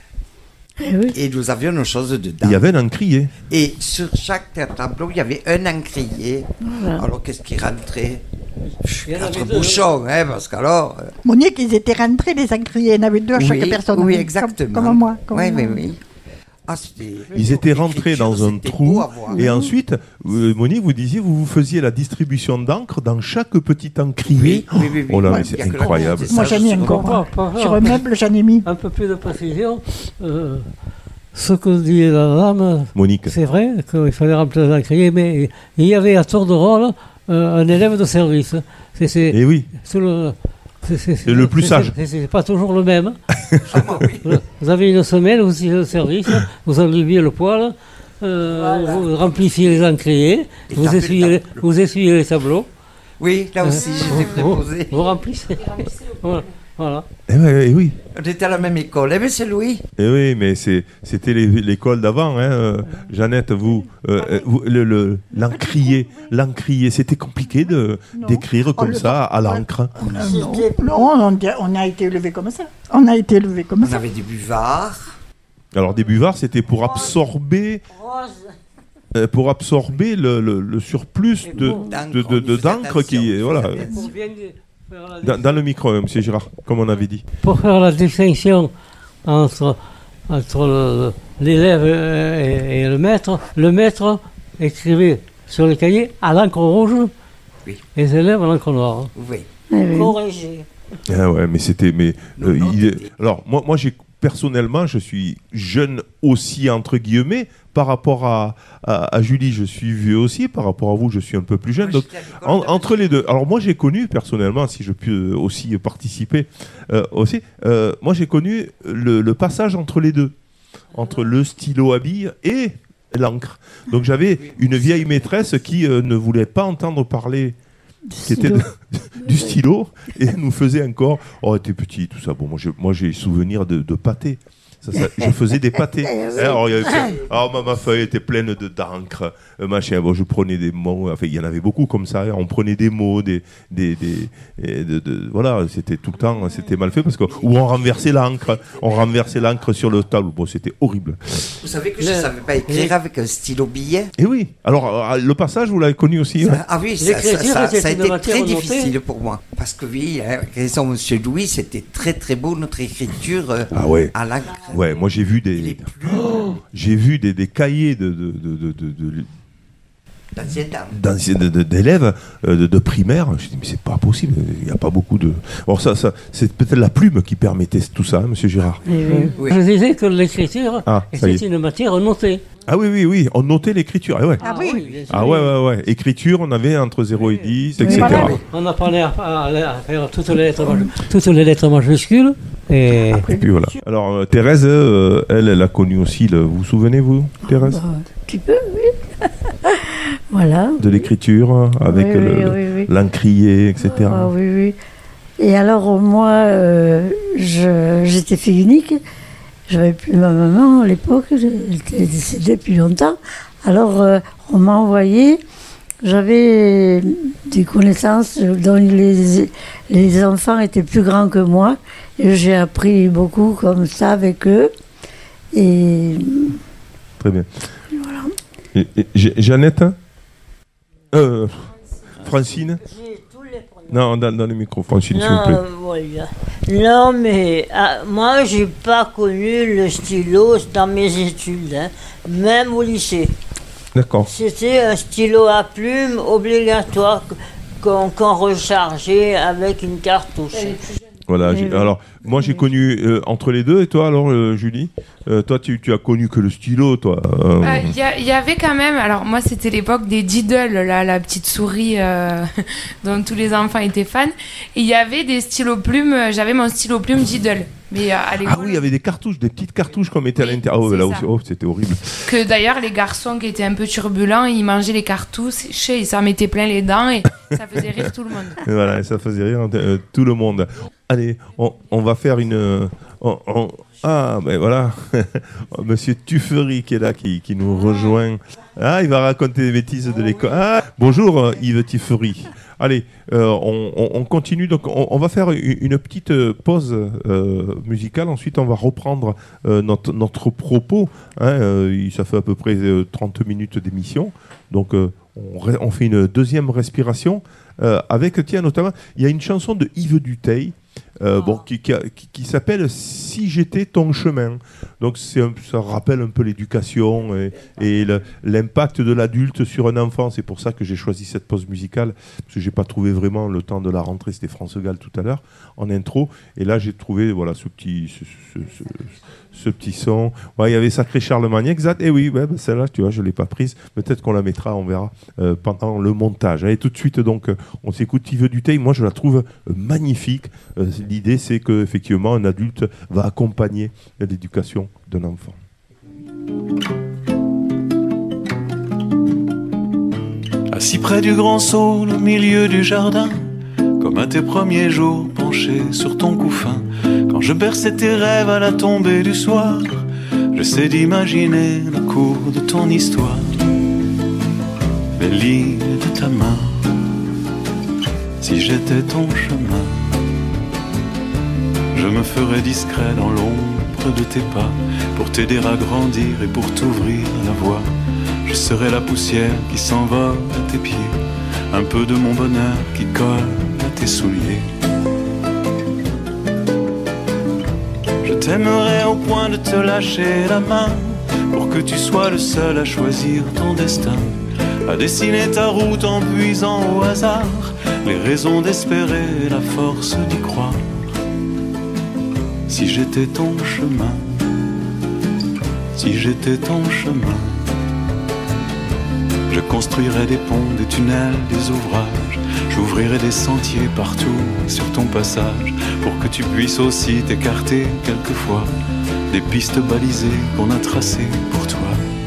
Eh oui. Et nous avions nos choses dedans. il y avait un encrier. Et sur chaque tableau, il y avait un encrier. Voilà. Alors qu'est-ce qui rentrait? Il y en avait Quatre deux. bouchons, hein, parce qu'alors. euh, Monique, ils étaient rentrés, les encriers. Il y en avait deux à chaque oui, personne. oui, Comme- exactement. Comme, moi. Comme Oui, moi. oui, oui. Ah, c'était- Ils étaient rentrés l'écriture, dans un c'était trou beau à voir. et ensuite euh, Monique, vous disiez vous vous faisiez la distribution d'encre dans chaque petit encrier. Oui, oui, oui, oui. Oh là, Ouais, mais il y c'est a que la- incroyable. c'est Moi, ça, j'en ai je- encore. Pas- pas- Sur un meuble, j'en ai mis. Un peu plus de précision. Euh, ce que dit la dame, Monique. c'est vrai qu'il fallait remplir les encriers, mais il y avait à tour de rôle euh, un élève de service. C'est, c'est, Et oui. c'est le, c'est, c'est- C'est le plus c'est- sage. C'est, c'est pas toujours le même. Ah, moi, oui. Vous avez une semaine, vous étiez au service, vous enleviez le poêle, euh, vous remplissiez les encriers, Et vous tapez essuyez, le les, tableau. vous essuyez les tableaux. Oui, là aussi, Euh, j'étais vous, préposé. vous remplissez. Voilà. voilà. Eh ouais, eh oui. On était à la même école. Eh bien, c'est Louis. Eh oui, mais c'est, c'était les- l'école d'avant, hein. euh, Jeannette, vous, euh, euh, vous le, le, l'encrier, l'encrier, c'était compliqué de, Non. d'écrire comme Oh, le- ça à l'encre. Euh, non, non, on, a- on a été élevé comme ça. On a été élevé comme On ça. avait des buvards. Alors des buvards, c'était pour absorber, Rose. euh, pour absorber le, le, le surplus de, D'encre, de, de, de- on y faisait d'encre qui est, attention, voilà, on y faisait Pour bien faire la dans, dans le micro, euh, Monsieur Girard, comme on avait dit. Pour faire la distinction entre, entre le- l'élève et, et le maître, le maître écrivait sur les cahiers à l'encre rouge Oui. et les élèves à l'encre noire. Oui. Eh oui. Corrigé. Ah ouais, mais c'était, mais Non, euh, non, il est- c'était- alors moi, moi j'ai personnellement, je suis jeune aussi entre guillemets par rapport à, à, à Julie, je suis vieux aussi. Par rapport à vous, je suis un peu plus jeune. Moi, Donc j'étais à l'école en- de- entre les deux. Alors moi j'ai connu personnellement, si je peux aussi participer euh, aussi, euh, moi j'ai connu le, le passage entre les deux, entre le stylo à billes et l'encre. Donc j'avais une vieille maîtresse qui euh, ne voulait pas entendre parler qui était de- du stylo et elle nous faisait encore, oh t'es petit tout ça. Bon moi j'ai moi j'ai souvenir de, de pâté. Ça, ça, je faisais des pâtés. Alors, il y avait plein- alors, ma, ma feuille était pleine de d'encre, euh, machin. Bon, je prenais des mots. Enfin, il y en avait beaucoup comme ça. On prenait des mots, des, des, des et de, de- voilà. C'était tout le temps, c'était mal fait parce que ou on renversait l'encre, on renversait l'encre sur le tableau. Bon, c'était horrible. Vous savez que je ne Le- savais pas écrire avec un stylo billet. Et oui. Alors, euh, le passage, vous l'avez connu aussi. Ouais. Ah oui, ça, ça, L'écriture ça- était ça a une été matière très notée. difficile pour moi. Parce que oui, hein, avec raison, Monsieur Louis, c'était très très beau notre écriture euh, Ah ouais. à l'encre. Ouais. Moi, j'ai vu Les des, plumes j'ai vu des, des cahiers de, de, de, de, de- de- d'anciens dames. d'anciens- de- de- d'élèves euh, de, de primaire. Je dis mais c'est pas possible. Il n'y a pas beaucoup de. Alors ça, ça c'est peut-être la plume qui permettait tout ça, hein, Monsieur Girard. Eh oui. Oui. Je disais que l'écriture Ah, ça y était est. une matière notée. Ah oui, oui, oui. On notait l'écriture. Ah ouais. Ah oui. bien sûr. Ah ouais, ouais, ouais. Écriture, on avait entre zéro et dix, et cetera. Voilà. On apprenait à, à- à faire toutes les lettres, maj- toutes les lettres majuscules. Et Et puis voilà. Alors euh, Thérèse, euh, elle, elle a connu aussi. Le... Vous vous souvenez vous, Thérèse, Bah, un petit peu, oui. Voilà. de l'écriture euh, avec Oui, le- oui, le- oui, oui. l'encrier, et cetera. Ah oui, oui. Et alors, moi, euh, je- j'étais fille unique. J'avais plus ma maman à l'époque. Elle était décédée depuis longtemps. Alors, euh, on m'a envoyé. J'avais des connaissances dont les, les enfants étaient plus grands que moi. Et j'ai appris beaucoup comme ça avec eux. Et Très bien. Et- et- J- Jeannette, Euh, Francine. Non, dans, dans le micro, Francine, s'il vous plaît. Voilà. Non, mais ah, moi, j'ai pas connu le stylo dans mes études, hein, même au lycée. D'accord. C'était un stylo à plume obligatoire qu'on, qu'on rechargeait avec une cartouche. Voilà. J'ai, alors, moi, j'ai connu euh, entre les deux. Et toi, alors, euh, Julie, euh, toi, tu, tu as connu que le stylo, toi. Il euh... euh, y, y avait quand même. Alors, moi, c'était l'époque des Diddle, là, la petite souris euh, dont tous les enfants étaient fans. Et il y avait des stylos plumes. J'avais mon stylo plume Diddle. Mais euh, à l'école, ah oui, il y avait des cartouches, des petites cartouches qu'on mettait oui, à l'intérieur. Oh, là aussi, oh, c'était horrible. Que d'ailleurs, les garçons qui étaient un peu turbulents, ils mangeaient les cartouches, ils s'en mettaient plein les dents et ça faisait rire tout le monde. Et voilà, ça faisait rire euh, tout le monde. Allez, on, on va faire une... Euh, on, on, ah, ben voilà, Monsieur Tuffery qui est là, qui, qui nous rejoint. Ah, il va raconter des bêtises de l'école. Ah, bonjour euh, Yves Tuffery. Allez, euh, on, on, on continue. Donc, on, on va faire une, une petite pause euh, musicale. Ensuite, on va reprendre euh, notre, notre propos. Hein, euh, ça fait à peu près euh, trente minutes d'émission. Donc, euh, on, ré, on fait une deuxième respiration. Euh, avec, tiens, notamment, il y a une chanson de Yves Duteil. Euh, oh. bon, qui, qui, qui, qui s'appelle Si j'étais ton chemin. Donc c'est un, ça rappelle un peu l'éducation et, et le, l'impact de l'adulte sur un enfant. C'est pour ça que j'ai choisi cette pause musicale, parce que j'ai pas trouvé vraiment le temps de la rentrée. C'était France Gall tout à l'heure en intro, et là j'ai trouvé voilà ce petit ce, ce, ce, ce petit son. Ouais, il y avait Sacré Charlemagne, exact. Et oui, ouais, bah, celle-là, tu vois, je l'ai pas prise. Peut-être qu'on la mettra, on verra euh, pendant le montage. Allez, tout de suite, donc, on s'écoute Yves Duteil. Moi, je la trouve euh, magnifique. Euh, l'idée, c'est que effectivement, un adulte va accompagner l'éducation d'un enfant. Assis près du grand saule au milieu du jardin, comme à tes premiers jours, penché sur ton couffin, quand je berçais tes rêves à la tombée du soir, j'essaie d'imaginer le cours de ton histoire, les lignes de ta main, si j'étais ton chemin. Je me ferais discret dans l'ombre de tes pas, pour t'aider à grandir et pour t'ouvrir la voie. Je serai la poussière qui s'envole à tes pieds, un peu de mon bonheur qui colle à tes souliers. Je t'aimerai au point de te lâcher la main, pour que tu sois le seul à choisir ton destin, à dessiner ta route en puisant au hasard les raisons d'espérer et la force d'y croire. Si j'étais ton chemin, si j'étais ton chemin, je construirais des ponts, des tunnels, des ouvrages, j'ouvrirais des sentiers partout sur ton passage, pour que tu puisses aussi t'écarter quelquefois des pistes balisées qu'on a tracées pour toi.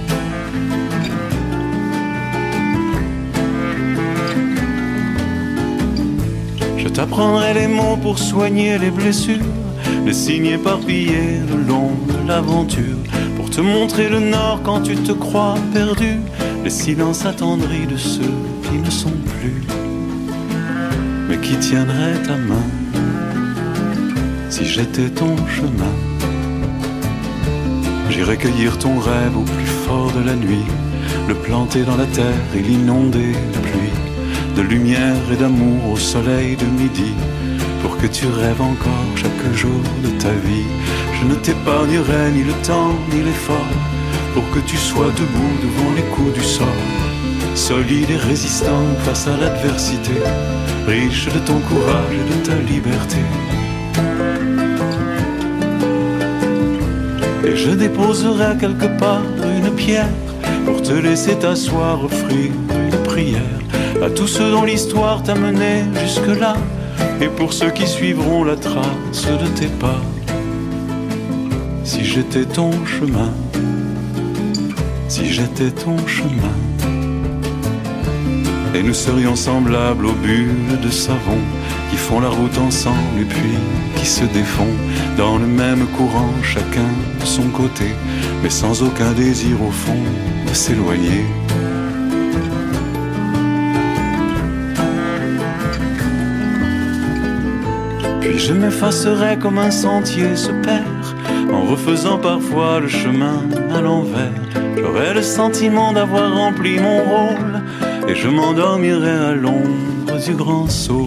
Je t'apprendrai les mots pour soigner les blessures, les signes éparpillés le long de l'aventure, pour te montrer le nord quand tu te crois perdu, les silences attendris de ceux qui ne sont plus, mais qui tiendraient ta main, si j'étais ton chemin. J'irais cueillir ton rêve au plus fort de la nuit, le planter dans la terre et l'inonder de pluie, de lumière et d'amour au soleil de midi, pour que tu rêves encore chaque jour de ta vie. Je ne t'épargnerai ni le temps ni l'effort, pour que tu sois debout devant les coups du sort, solide et résistant face à l'adversité, riche de ton courage et de ta liberté. Et je déposerai quelque part une pierre, pour te laisser t'asseoir, offrir une prière à tous ceux dont l'histoire t'a mené jusque-là, et pour ceux qui suivront la trace de tes pas. Si j'étais ton chemin, si j'étais ton chemin, et nous serions semblables aux bulles de savon qui font la route ensemble et puis qui se défont dans le même courant, chacun de son côté, mais sans aucun désir au fond de s'éloigner. Puis je m'effacerai comme un sentier se perd, en refaisant parfois le chemin à l'envers. J'aurai le sentiment d'avoir rempli mon rôle, et je m'endormirai à l'ombre du grand saule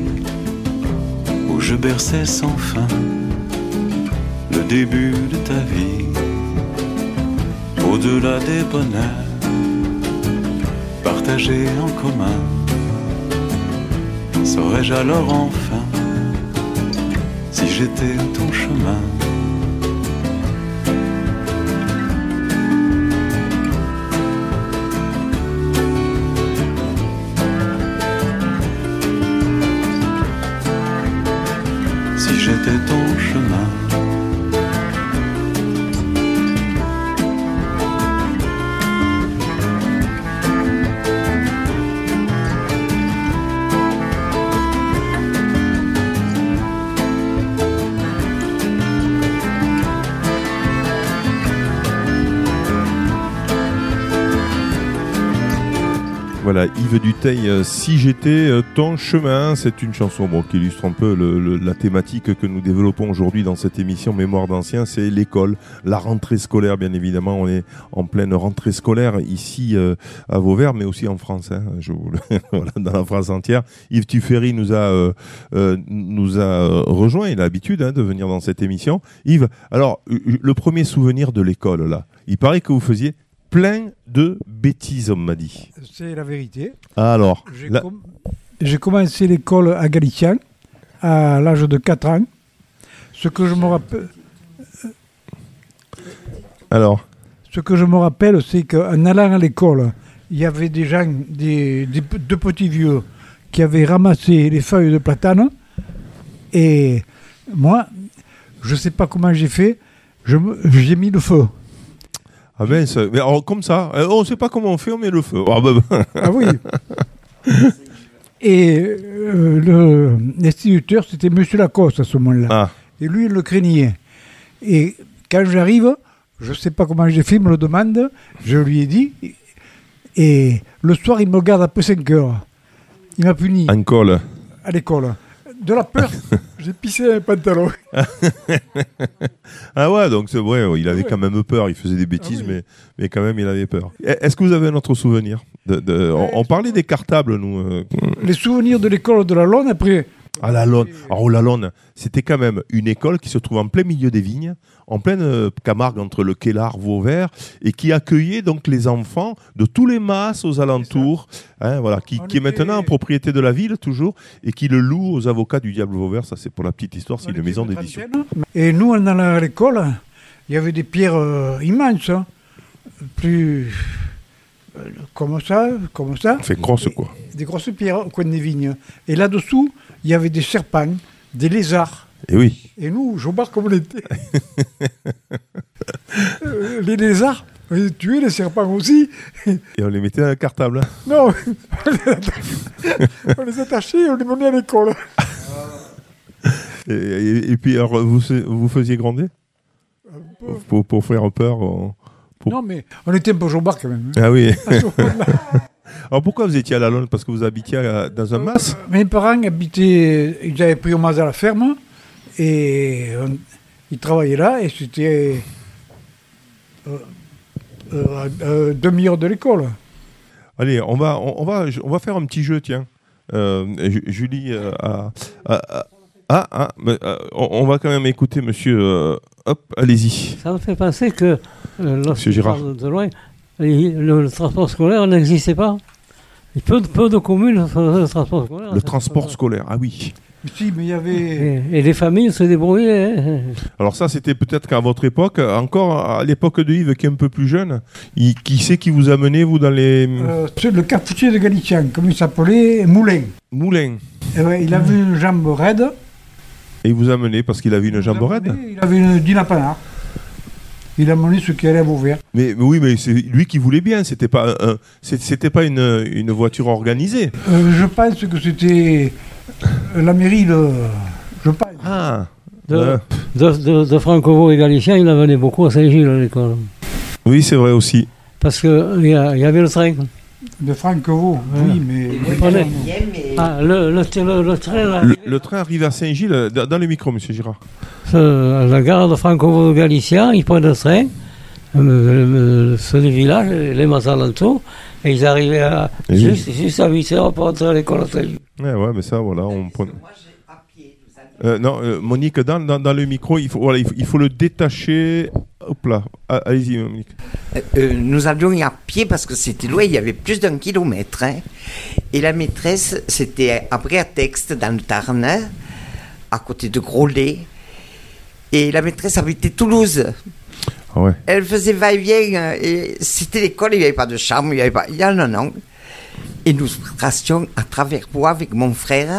où je berçais sans fin le début de ta vie. Au-delà des bonheurs partagés en commun, saurais-je alors enfin si j'étais ton chemin? Si j'étais ton chemin. Voilà, Yves Dutheil, euh, Si j'étais euh, ton chemin, c'est une chanson bon, qui illustre un peu le, le, la thématique que nous développons aujourd'hui dans cette émission Mémoire d'anciens, c'est l'école, la rentrée scolaire bien évidemment. On est en pleine rentrée scolaire ici euh, à Vauvert, mais aussi en France, hein, je vous le... voilà, dans la France entière. Yves Tuffery nous a, euh, euh, nous a rejoint, il a l'habitude hein, de venir dans cette émission. Yves, alors, le premier souvenir de l'école, là, il paraît que vous faisiez plein de bêtises, on m'a dit. C'est la vérité. Ah alors J'ai, la... com- j'ai commencé l'école à Galician à l'âge de quatre ans. Ce que je me rappelle... Alors Ce que je me rappelle, c'est qu'en allant à l'école, il y avait des gens, des, des, deux petits vieux, qui avaient ramassé les feuilles de platane. Et moi, je ne sais pas comment j'ai fait, je me, j'ai mis le feu. Ah ben, ça, mais alors, comme ça, on ne sait pas comment on fait, on met le feu. Ah, ben, ah oui. Et euh, le, l'instituteur, c'était Monsieur Lacoste à ce moment-là. Ah. Et lui, il le craignait. Et quand j'arrive, je ne sais pas comment j'ai fait, il me le demande, je lui ai dit. Et le soir, il me garde après cinq heures. Il m'a puni. En col. À l'école. De la peur, j'ai pissé un pantalon. Ah ouais, donc c'est vrai, il avait ouais. quand même peur, il faisait des bêtises, ah oui. mais, mais quand même il avait peur. Est-ce que vous avez un autre souvenir de, de, ouais. on, on parlait des cartables, nous. Euh... Les souvenirs de l'école de la Lonne, après. Ah, la Lonne. Alors, la Lonne, c'était quand même une école qui se trouve en plein milieu des vignes, en pleine euh, Camargue entre le Quélard, Vauvert, et qui accueillait donc les enfants de tous les masses aux alentours, hein, voilà, qui, qui est maintenant en propriété de la ville, toujours, et qui le loue aux avocats du Diable Vauvert. Ça, c'est pour la petite histoire, c'est une maison d'édition. Et nous, en allant à l'école, il y avait des pierres euh, immenses, hein, plus. Euh, comme ça, comme ça. Fait grosse, quoi. Des grosses pierres au coin des vignes. Et là-dessous, il y avait des serpents, des lézards. Et oui. Et nous, je barre comme on était. euh, les lézards, on les tuait, les serpents aussi. Et on les mettait dans un cartable. Hein. Non, on les attachait et on les menait à l'école. et, et, et puis, alors, vous, vous faisiez gronder pour, pour, pour faire peur on... Pour... Non, mais on était un peu jambard quand même. Hein. Ah oui. Alors pourquoi vous étiez à la Lonne? Parce que vous habitiez à, dans un mas? Mes parents habitaient, ils avaient pris au mas à la ferme et on, ils travaillaient là et c'était euh, euh, euh, demi-heure de l'école. Allez, on va, on, on, va, on va faire un petit jeu, tiens. Euh, Julie euh, a... a, a Ah, ah mais, euh, on va quand même écouter monsieur. Euh, hop, allez-y. Ça me fait penser que euh, monsieur Girard. De loin, le, le transport scolaire n'existait pas. Peu, peu de communes faisaient le transport scolaire. Le transport scolaire, ah oui. Si, mais il y avait. Et, et les familles se débrouillaient. Hein. Alors, ça, c'était peut-être qu'à votre époque, encore à l'époque de Yves, qui est un peu plus jeune, il, qui c'est qui vous a mené, vous, dans les. Euh, le cafetier de Galician, comme il s'appelait, Moulin. Moulin. Et ouais, il avait une jambe raide. Et il vous a mené parce qu'il avait une jambe raide? Il avait une dinapanard. Il a mené ce qui allait à Vauvert. Mais, mais oui, mais c'est lui qui voulait bien. C'était pas, un, c'était pas une, une voiture organisée. Euh, je pense que c'était la mairie de. Je pense. Ah. De, euh. de, de, de Francovo et Galicien, il en venait beaucoup à Saint-Gilles à l'école. Oui, c'est vrai aussi. Parce qu'il y, y avait le train. De Francovo, voilà. Oui, mais. mais... Ah, le, le, le, le train. Là, le, le train arrive à Saint-Gilles, dans le micro, monsieur Girard. À la gare de Francovo-Galicia, il prend le train, euh, ceux des villages, les alentours, et ils arrivaient à, Et juste, oui. juste à huit heures pour entrer à l'école à seize. Ouais, ouais, mais ça, voilà, on prend. Euh, non, euh, Monique, dans, dans, dans le micro, il faut, voilà, il faut, il faut le détacher. Hop là, Ah, allez-y, Monique. Euh, euh, nous allions à pied parce que c'était loin, il y avait plus d'un kilomètre. Hein. Et la maîtresse, c'était à Briatexte, dans le Tarn, à côté de Groslay. Et la maîtresse habitait Toulouse. Ah ouais. Elle faisait va-et-vient. euh, Et c'était l'école, il n'y avait pas de chambre, il n'y avait pas. Il y a non, non. Et nous passions à travers bois avec mon frère.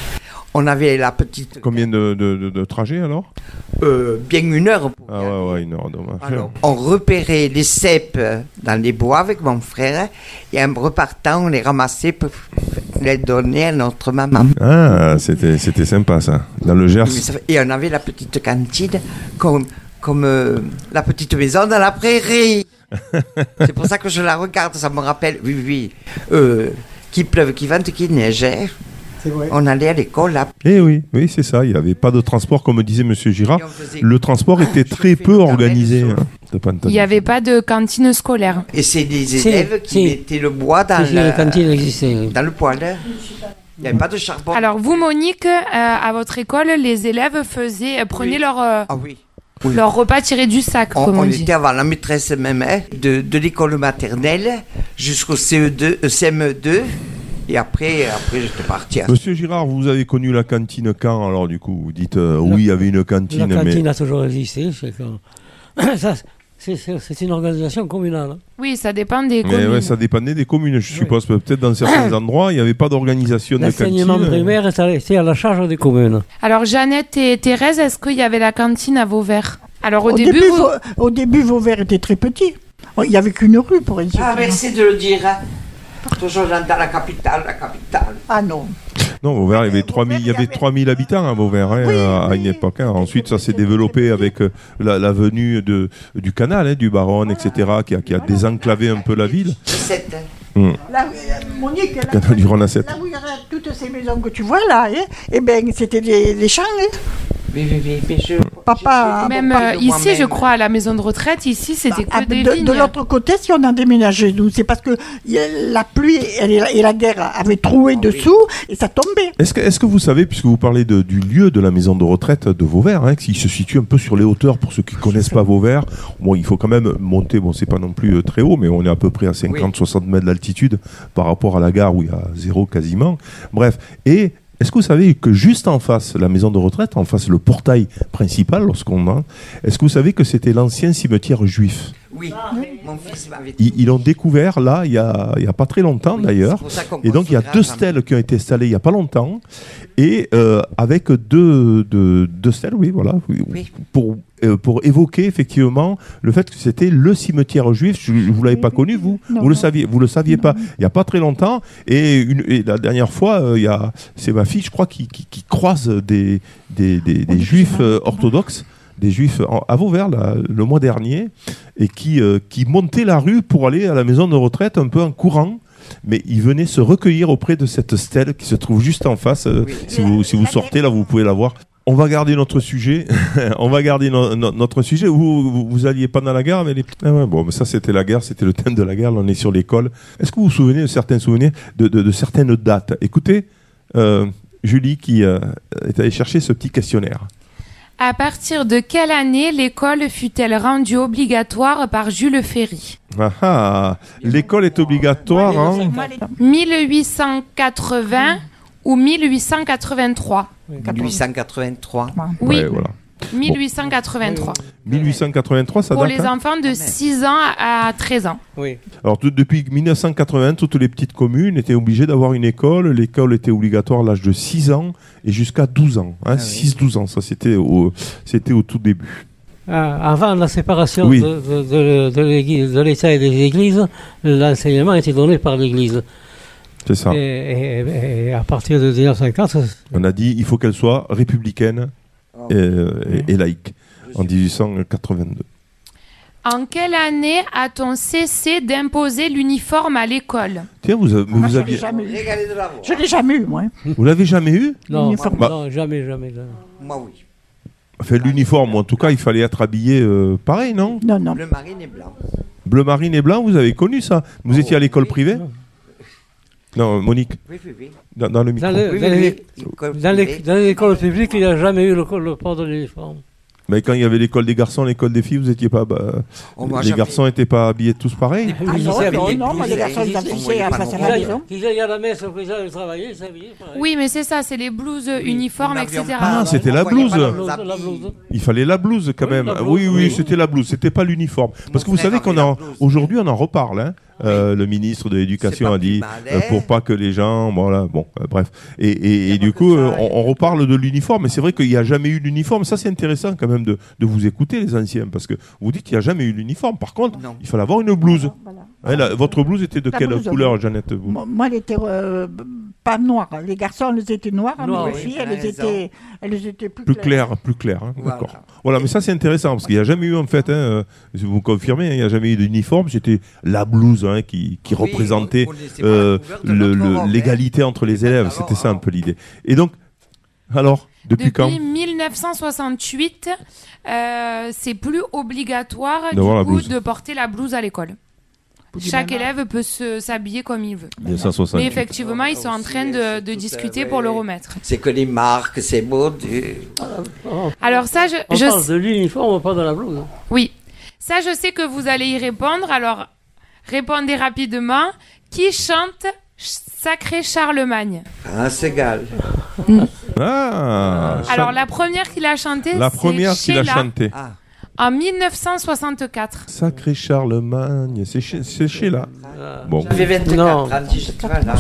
On avait la petite. Combien de, de, de, de trajets alors Euh, bien une heure. Pour Ah ouais, ouais, une heure, dommage. Alors, on repérait les cèpes dans les bois avec mon frère et en repartant, on les ramassait pour les donner à notre maman. Ah, c'était, c'était sympa ça. Dans le Gers. Oui, ça fait- Et on avait la petite cantine comme, comme euh, la petite maison dans la prairie. C'est pour ça que je la regarde, ça me rappelle, oui, oui, euh, qu'il pleuve, qu'il vente, qu'il neige. Hein. On allait à l'école là. Eh oui, oui, c'est ça. Il n'y avait pas de transport, comme disait Monsieur Girard. Et on faisait- Le transport était très peu organisé. hein, de Pantin. Il n'y avait pas de cantine scolaire. Et c'est des Si, élèves qui si. mettaient le bois dans, Si, si, la le, cantine existait. oui. dans le poêle. hein. Il n'y avait pas de charbon. Alors vous, Monique, euh, à votre école, les élèves faisaient, euh, prenaient Oui. leur, euh, Ah oui. Oui. leur repas tiré du sac, On, comme on, on dit. était avant la maîtresse même, hein, de, de l'école maternelle jusqu'au C E deux, euh, C M E deux. Et après, après j'étais parti. À... Monsieur Girard, vous avez connu la cantine quand alors du coup vous dites euh, oui, il y avait une cantine, La cantine mais a toujours existé. C'est, quand... ça, c'est, c'est, c'est une organisation communale. hein. Oui, ça dépend des mais communes. ouais, ça dépendait des communes, je Oui. suppose. Peut-être dans certains endroits, il n'y avait pas d'organisation de cantine. L'enseignement primaire était à la charge des communes. Alors Jeannette et Thérèse, est-ce qu'il y avait la cantine à Vauvert? Alors au, Au début, début, vous- Vau- au début, Vauvert était très petit. Oh, il n'y avait qu'une rue pour réussir. Ah, merci de le dire. Hein. Toujours dans la capitale, la capitale. Ah non. Non, Vauvert, il y avait trois mille, il y avait trois mille habitants à Vauvert hein, Oui, à, à oui, une époque. hein. Ensuite, ça s'est développé avec euh, la, la venue de, du canal, hein, du Baronne, et cetera, qui a, qui a désenclavé un peu la ville. sept. Hein. Hum. Là, euh, Monique, là, Canal du Rhône à sept. là où il y a toutes ces maisons que tu vois là, hein, eh ben, c'était des, des champs. Hein. Oui, oui, oui, mais je... Papa, même on parle euh, de ici, moi-même. je crois, à la maison de retraite, ici, c'était Ah, que des de, lignes. de l'autre côté, si on a déménagé, nous, c'est parce que y a la pluie et la, et la guerre avaient troué Ah oui. dessous et ça tombait. Est-ce que, est-ce que vous savez, puisque vous parlez de- du lieu de la maison de retraite de Vauvert, hein, qui se situe un peu sur les hauteurs, pour ceux qui ne connaissent pas Vauvert, bon, il faut quand même monter, bon, c'est pas non plus euh, très haut, mais on est à peu près à cinquante à soixante mètres d'altitude par rapport à la gare où il y a zéro quasiment. Bref, et est-ce que vous savez que juste en face, la maison de retraite, en face le portail principal, lorsqu'on entre, est-ce que vous savez que c'était l'ancien cimetière juif? Oui, mon fils m'avait Ils ils l'ont découvert là, il y a, il y a pas très longtemps Oui, d'ailleurs. c'est pour ça qu'on Et donc il y a pense deux grave, stèles qui ont été installées il y a pas longtemps. Et euh, avec deux, deux, deux stèles, oui, voilà, Oui. pour, euh, pour évoquer effectivement le fait que c'était le cimetière juif. Je, vous l'avez pas connu, vous Non, Vous le non. saviez Vous le saviez pas il y a pas très longtemps. Et, une, et la dernière fois, euh, il y a, c'est ma fille, je crois, qui, qui, qui croise des, des, des, des juifs euh, orthodoxes. Des juifs en- à Vauvert là, le mois dernier et qui, euh, qui montaient la rue pour aller à la maison de retraite un peu en courant, mais ils venaient se recueillir auprès de cette stèle qui se trouve juste en face. euh, Oui. si, vous, si vous sortez là, vous pouvez la voir. On va garder notre sujet. On va garder no- no- notre sujet. Vous, vous, vous alliez pas dans la gare, mais les... ah ouais, bon, mais ça c'était la guerre, c'était le thème de la guerre. Là, on est sur l'école. Est-ce que vous vous souvenez de certains souvenirs de, de, de certaines dates? Écoutez, euh, Julie qui euh, est allée chercher ce petit questionnaire. À partir de quelle année l'école fut-elle rendue obligatoire par Jules Ferry? Ah, ah, l'école est obligatoire. Hein. mille huit cent quatre-vingts ou mille huit cent quatre-vingt-trois? mille huit cent quatre-vingt-trois. Oui, Ouais, voilà. mille huit cent quatre-vingt-trois. mille huit cent quatre-vingt-trois, ça Pour date. les hein. enfants de six ans à treize ans. Oui. Alors tout- depuis mille neuf cent quatre-vingts, toutes les petites communes étaient obligées d'avoir une école. L'école était obligatoire à l'âge de six ans et jusqu'à douze ans. Hein, six douze ans, ça c'était au, c'était au tout début. Ah, avant la séparation Oui. de, de, de, de l'église- de l'État et des églises, l'enseignement était donné par l'Église. C'est ça. Et, et- et à partir de dix-neuf cent cinquante, On a dit il faut qu'elle soit républicaine et, et- et laïque en dix-huit cent quatre-vingt-deux. En quelle année a-t-on cessé d'imposer l'uniforme à l'école? Tiens, vous, avez- Moi, vous je l'ai aviez, jamais eu. Régalé de la voix. Je l'ai jamais eu, moi. vous l'avez jamais eu? non, L'uniforme. Bah. non, jamais, jamais. jamais. Moi, oui. Enfin, l'uniforme, en tout cas, il fallait être habillé euh, pareil, non? Non, non. Bleu marine et blanc. Bleu marine et blanc, vous avez connu ça? Vous Oh, étiez à l'école oui. privée? Non, Monique. Oui, oui, oui. Dans, dans le micro. Dans, les- Oui, dans oui, les- oui. École dans les- privée. dans les écoles publiques, il n'y a jamais eu le, le port de l'uniforme. Mais quand il y avait l'école des garçons, l'école des filles, vous étiez pas. Bah, Oh, moi, les j'avais- garçons n'étaient pas habillés tous pareils. Ah non, Ils non, avaient non, des non, moi, les blouses, garçons, ils ils affichaient envoyaient à pas face à non la plus. maison. Qu'ils aillent à la messe, qu'ils aillent travailler, ils s'habillaient. pareil. Oui, mais c'est ça, c'est les blouses uniformes, nous et cetera. n'avions Ah, c'était la on voyait blouse. pas La nos blouse, la habits. blouse. Il fallait la blouse quand Oui, même. la blouse, oui, oui, oui. c'était la blouse. C'était pas l'uniforme. Parce que vous frère savez qu'on avait la en blouse. aujourd'hui on en reparle. Hein. Euh, le ministre de l'Éducation C'est pas a dit plus mal, hein. euh, pour pas que les gens, voilà, bon, euh, bref. Et, et- Y a et pas du que coup, ça, euh, hein. on, on reparle de l'uniforme. Mais c'est vrai qu'il n'y a jamais eu d'uniforme. Ça, c'est intéressant quand même de, de vous écouter, les anciens, parce que vous dites qu'il n'y a jamais eu d'uniforme. Par contre, Non. il fallait avoir une blouse. Voilà. Hein, la- votre blouse était de La quelle blouse, couleur, oui. Jeannette, vous Moi, moi, elle était euh, b- pas noire. Les garçons, elles étaient noires, Noires, mais les oui. filles, elles Raison. étaient, elles étaient plus, Plus claires. clair, plus clair. Hein, Voilà. D'accord. Voilà, mais ça c'est intéressant parce qu'il n'y a jamais eu en fait, hein, euh, vous me confirmez, hein, il n'y a jamais eu d'uniforme. C'était la blouse hein, qui, qui Oui, représentait on- on laissait pas euh, la couleur de le- notre le- robe, hein. l'égalité entre les élèves. Alors, C'était ça un alors. peu l'idée. Et donc, alors, depuis, Depuis quand mille neuf cent soixante-huit, euh, c'est plus obligatoire du D'avoir la coup blouse. de porter la blouse à l'école. Chaque élève peut se- s'habiller comme il veut. mille neuf cent soixante-huit. Mais effectivement, ils sont en train de, de discuter pour le remettre. C'est que les marques, c'est beau. du- Alors ça, je, On je parle de l'uniforme, pas de la blouse. oui, ça je sais que vous allez y répondre. Alors répondez rapidement. Qui chante Sacré Charlemagne? Ah, c'est égal. Ah, Alors chan- la première qu'il a chantée, la c'est première qu'il a Sheila, chanté. Ah, en mille neuf cent soixante-quatre. Sacré Charlemagne, c'est chez, c'est chez là. Ah. Bon, j'avais vingt-quatre Non. ans, dis- voilà.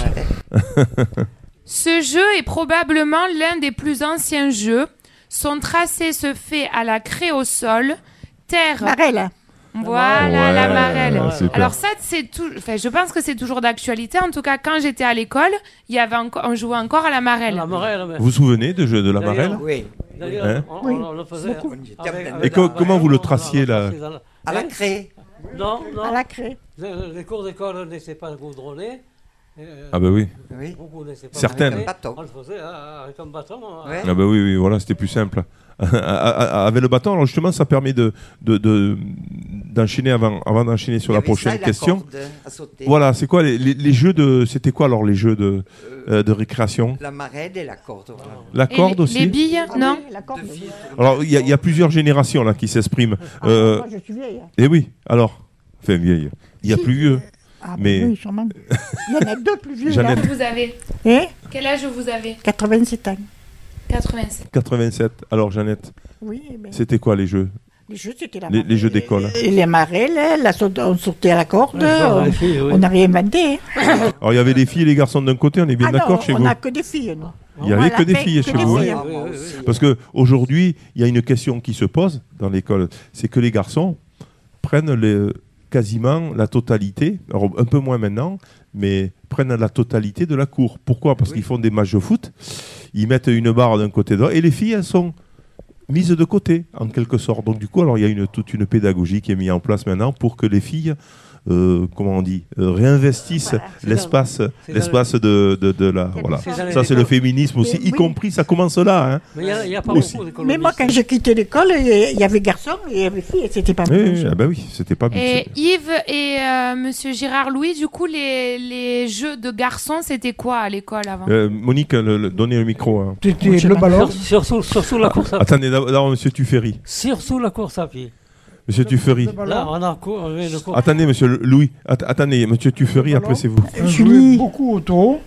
Ce jeu est probablement l'un des plus anciens jeux. Son tracé se fait à la craie au sol, terre. Marelle. Voilà Ouais, la marelle. ouais, super. Alors ça, c'est tout. Enfin, je pense que c'est toujours d'actualité. En tout cas, quand j'étais à l'école, il y avait encore, on jouait encore à la marelle. La marelle, mais- vous vous souvenez de jeu de la D'ailleurs, marelle? Oui, D'ailleurs, Hein on, Oui, on- on le faisait. beaucoup. avec- Et avec co- la- comment vous le on- on- traciez, on le là traciait dans la- à la Hein craie. Non, non. À la craie. Les, les cours d'école n'étaient pas goudronnés. Euh, Ah ben oui. Oui. beaucoup n'étaient pas Certaines. goudronnés. Bâton. On le faisait euh, avec un bâton. euh, Ouais. Ah bah oui, oui, voilà, c'était plus simple. Avec le bâton, alors justement, ça permet de, de, de- d'enchaîner avant, avant d'enchaîner sur Il y la avait ça prochaine et la question. corde à sauter. Voilà, c'est quoi les, les, les jeux de, c'était quoi alors les jeux de, euh, de récréation? La marelle et la corde. voilà. La Et corde les, aussi. les billes, Ah non? oui, la corde. De fil. Alors il y, a- il y a plusieurs générations là qui s'expriment. Ah, Euh, moi, je suis vieille. et oui, alors, enfin vieille. Il y a Si. plus vieux. Ah, mais- mais... oui, sûrement. Il y en a deux plus vieux. Jeannette. là. Quel âge vous avez? Hein Quel âge vous avez? quatre-vingt-sept ans. quatre-vingt-sept. quatre-vingt-sept. Alors Jeannette, Oui, mais c'était quoi les jeux? les jeux, c'était la Les, marelle. les jeux d'école. Et les marelles, la saute- on sautait à la corde. Ouais, on- les filles, oui. on n'a rien inventé. hein. Alors il y avait les filles et les garçons d'un côté, on est bien Ah d'accord non, chez on vous? n'a que des filles, nous. Il y avait Voilà, que des fait filles que chez des vous. filles. hein. Ah, moi oui, oui, aussi. Parce qu'aujourd'hui, il y a une question qui se pose dans l'école, c'est que les garçons prennent les- quasiment la totalité, alors un peu moins maintenant, mais prennent la totalité de la cour. Pourquoi? Parce Oui. qu'ils font des matchs de foot, ils mettent une barre d'un côté de l'autre, et les filles, elles sont mises de côté, en quelque sorte. Donc du coup, alors il y a une, toute une pédagogie qui est mise en place maintenant pour que les filles... euh, comment on dit, euh, réinvestissent Voilà. l'espace, C'est dans- l'espace de, de, de la, voilà. C'est dans les Ça c'est le écoles. féminisme aussi, Mais y oui. compris, ça commence là, hein. Mais il n'y a, il y a pas Aussi. beaucoup d'économistes. Mais moi, quand j'ai quitté l'école, il y avait garçons et il y avait filles, et c'était pas Oui, oui, mélangé. ah bah oui, c'était pas Et bien. Yves et euh, Monsieur Girard Louis, du coup, les, les jeux de garçons, c'était quoi à l'école avant? Euh, Monique, le- le- donnez le micro. hein. C'était Moi, j'ai le pas ballon. Sur- Surtout, surtout la course à pied. Attendez, d'abord, monsieur Tuffery. Surtout la course à pied. Monsieur Tuffery. Le ballon. Là, on a cours, on avait le cours. Attendez, monsieur Louis. Att- attendez, monsieur Tuffery, Le après ballon. c'est vous. On Julie. jouait beaucoup au taureau.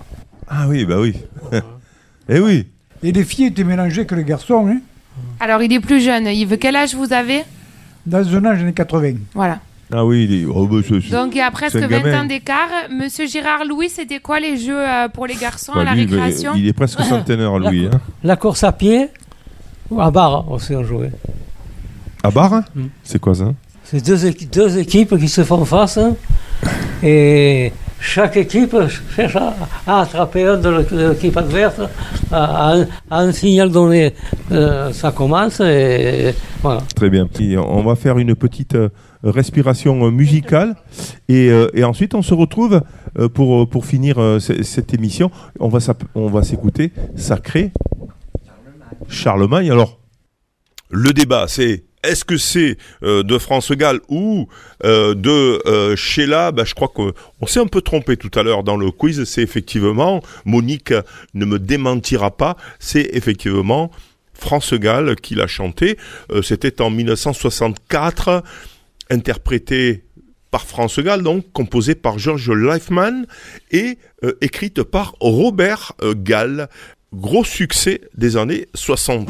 Ah oui, bah oui. Eh oui. Et les filles étaient mélangées que les garçons. Hein. Alors, il est plus jeune. Yves, quel âge vous avez? Dans un âge des années quatre-vingts. Voilà. Ah oui, il est... oh, bah, c'est- c'est- Donc, il y a presque c'est un vingt gamin. ans d'écart. Monsieur Girard Louis, c'était quoi les jeux euh, pour les garçons bah, à la lui, bah, récréation? il est presque centenaire, Louis. Hein. La course à pied, ou à barre aussi on jouait. À barre Mm. C'est quoi ça? C'est deux, équi- deux équipes qui se font face hein, et chaque équipe cherche à, à attraper un de l'é- de l'équipe adverse à, à un, à un signal donné. Euh, ça commence et voilà. Très bien. Et on va faire une petite euh, respiration euh, musicale et, euh, et ensuite on se retrouve euh, pour, euh, pour finir euh, c- cette émission. On va, s'app- on va s'écouter Sacré Charlemagne. Alors, le débat, c'est est-ce que c'est euh, de France Gall ou euh, de euh, Sheila? Ben, je crois qu'on s'est un peu trompé tout à l'heure dans le quiz. C'est effectivement, Monique ne me démentira pas, c'est effectivement France Gall qui l'a chanté. Euh, c'était en dix-neuf cent soixante-quatre, interprété par France Gall, donc composée par George Laifman et euh, écrite par Robert euh, Gall. Gros succès des années soixante.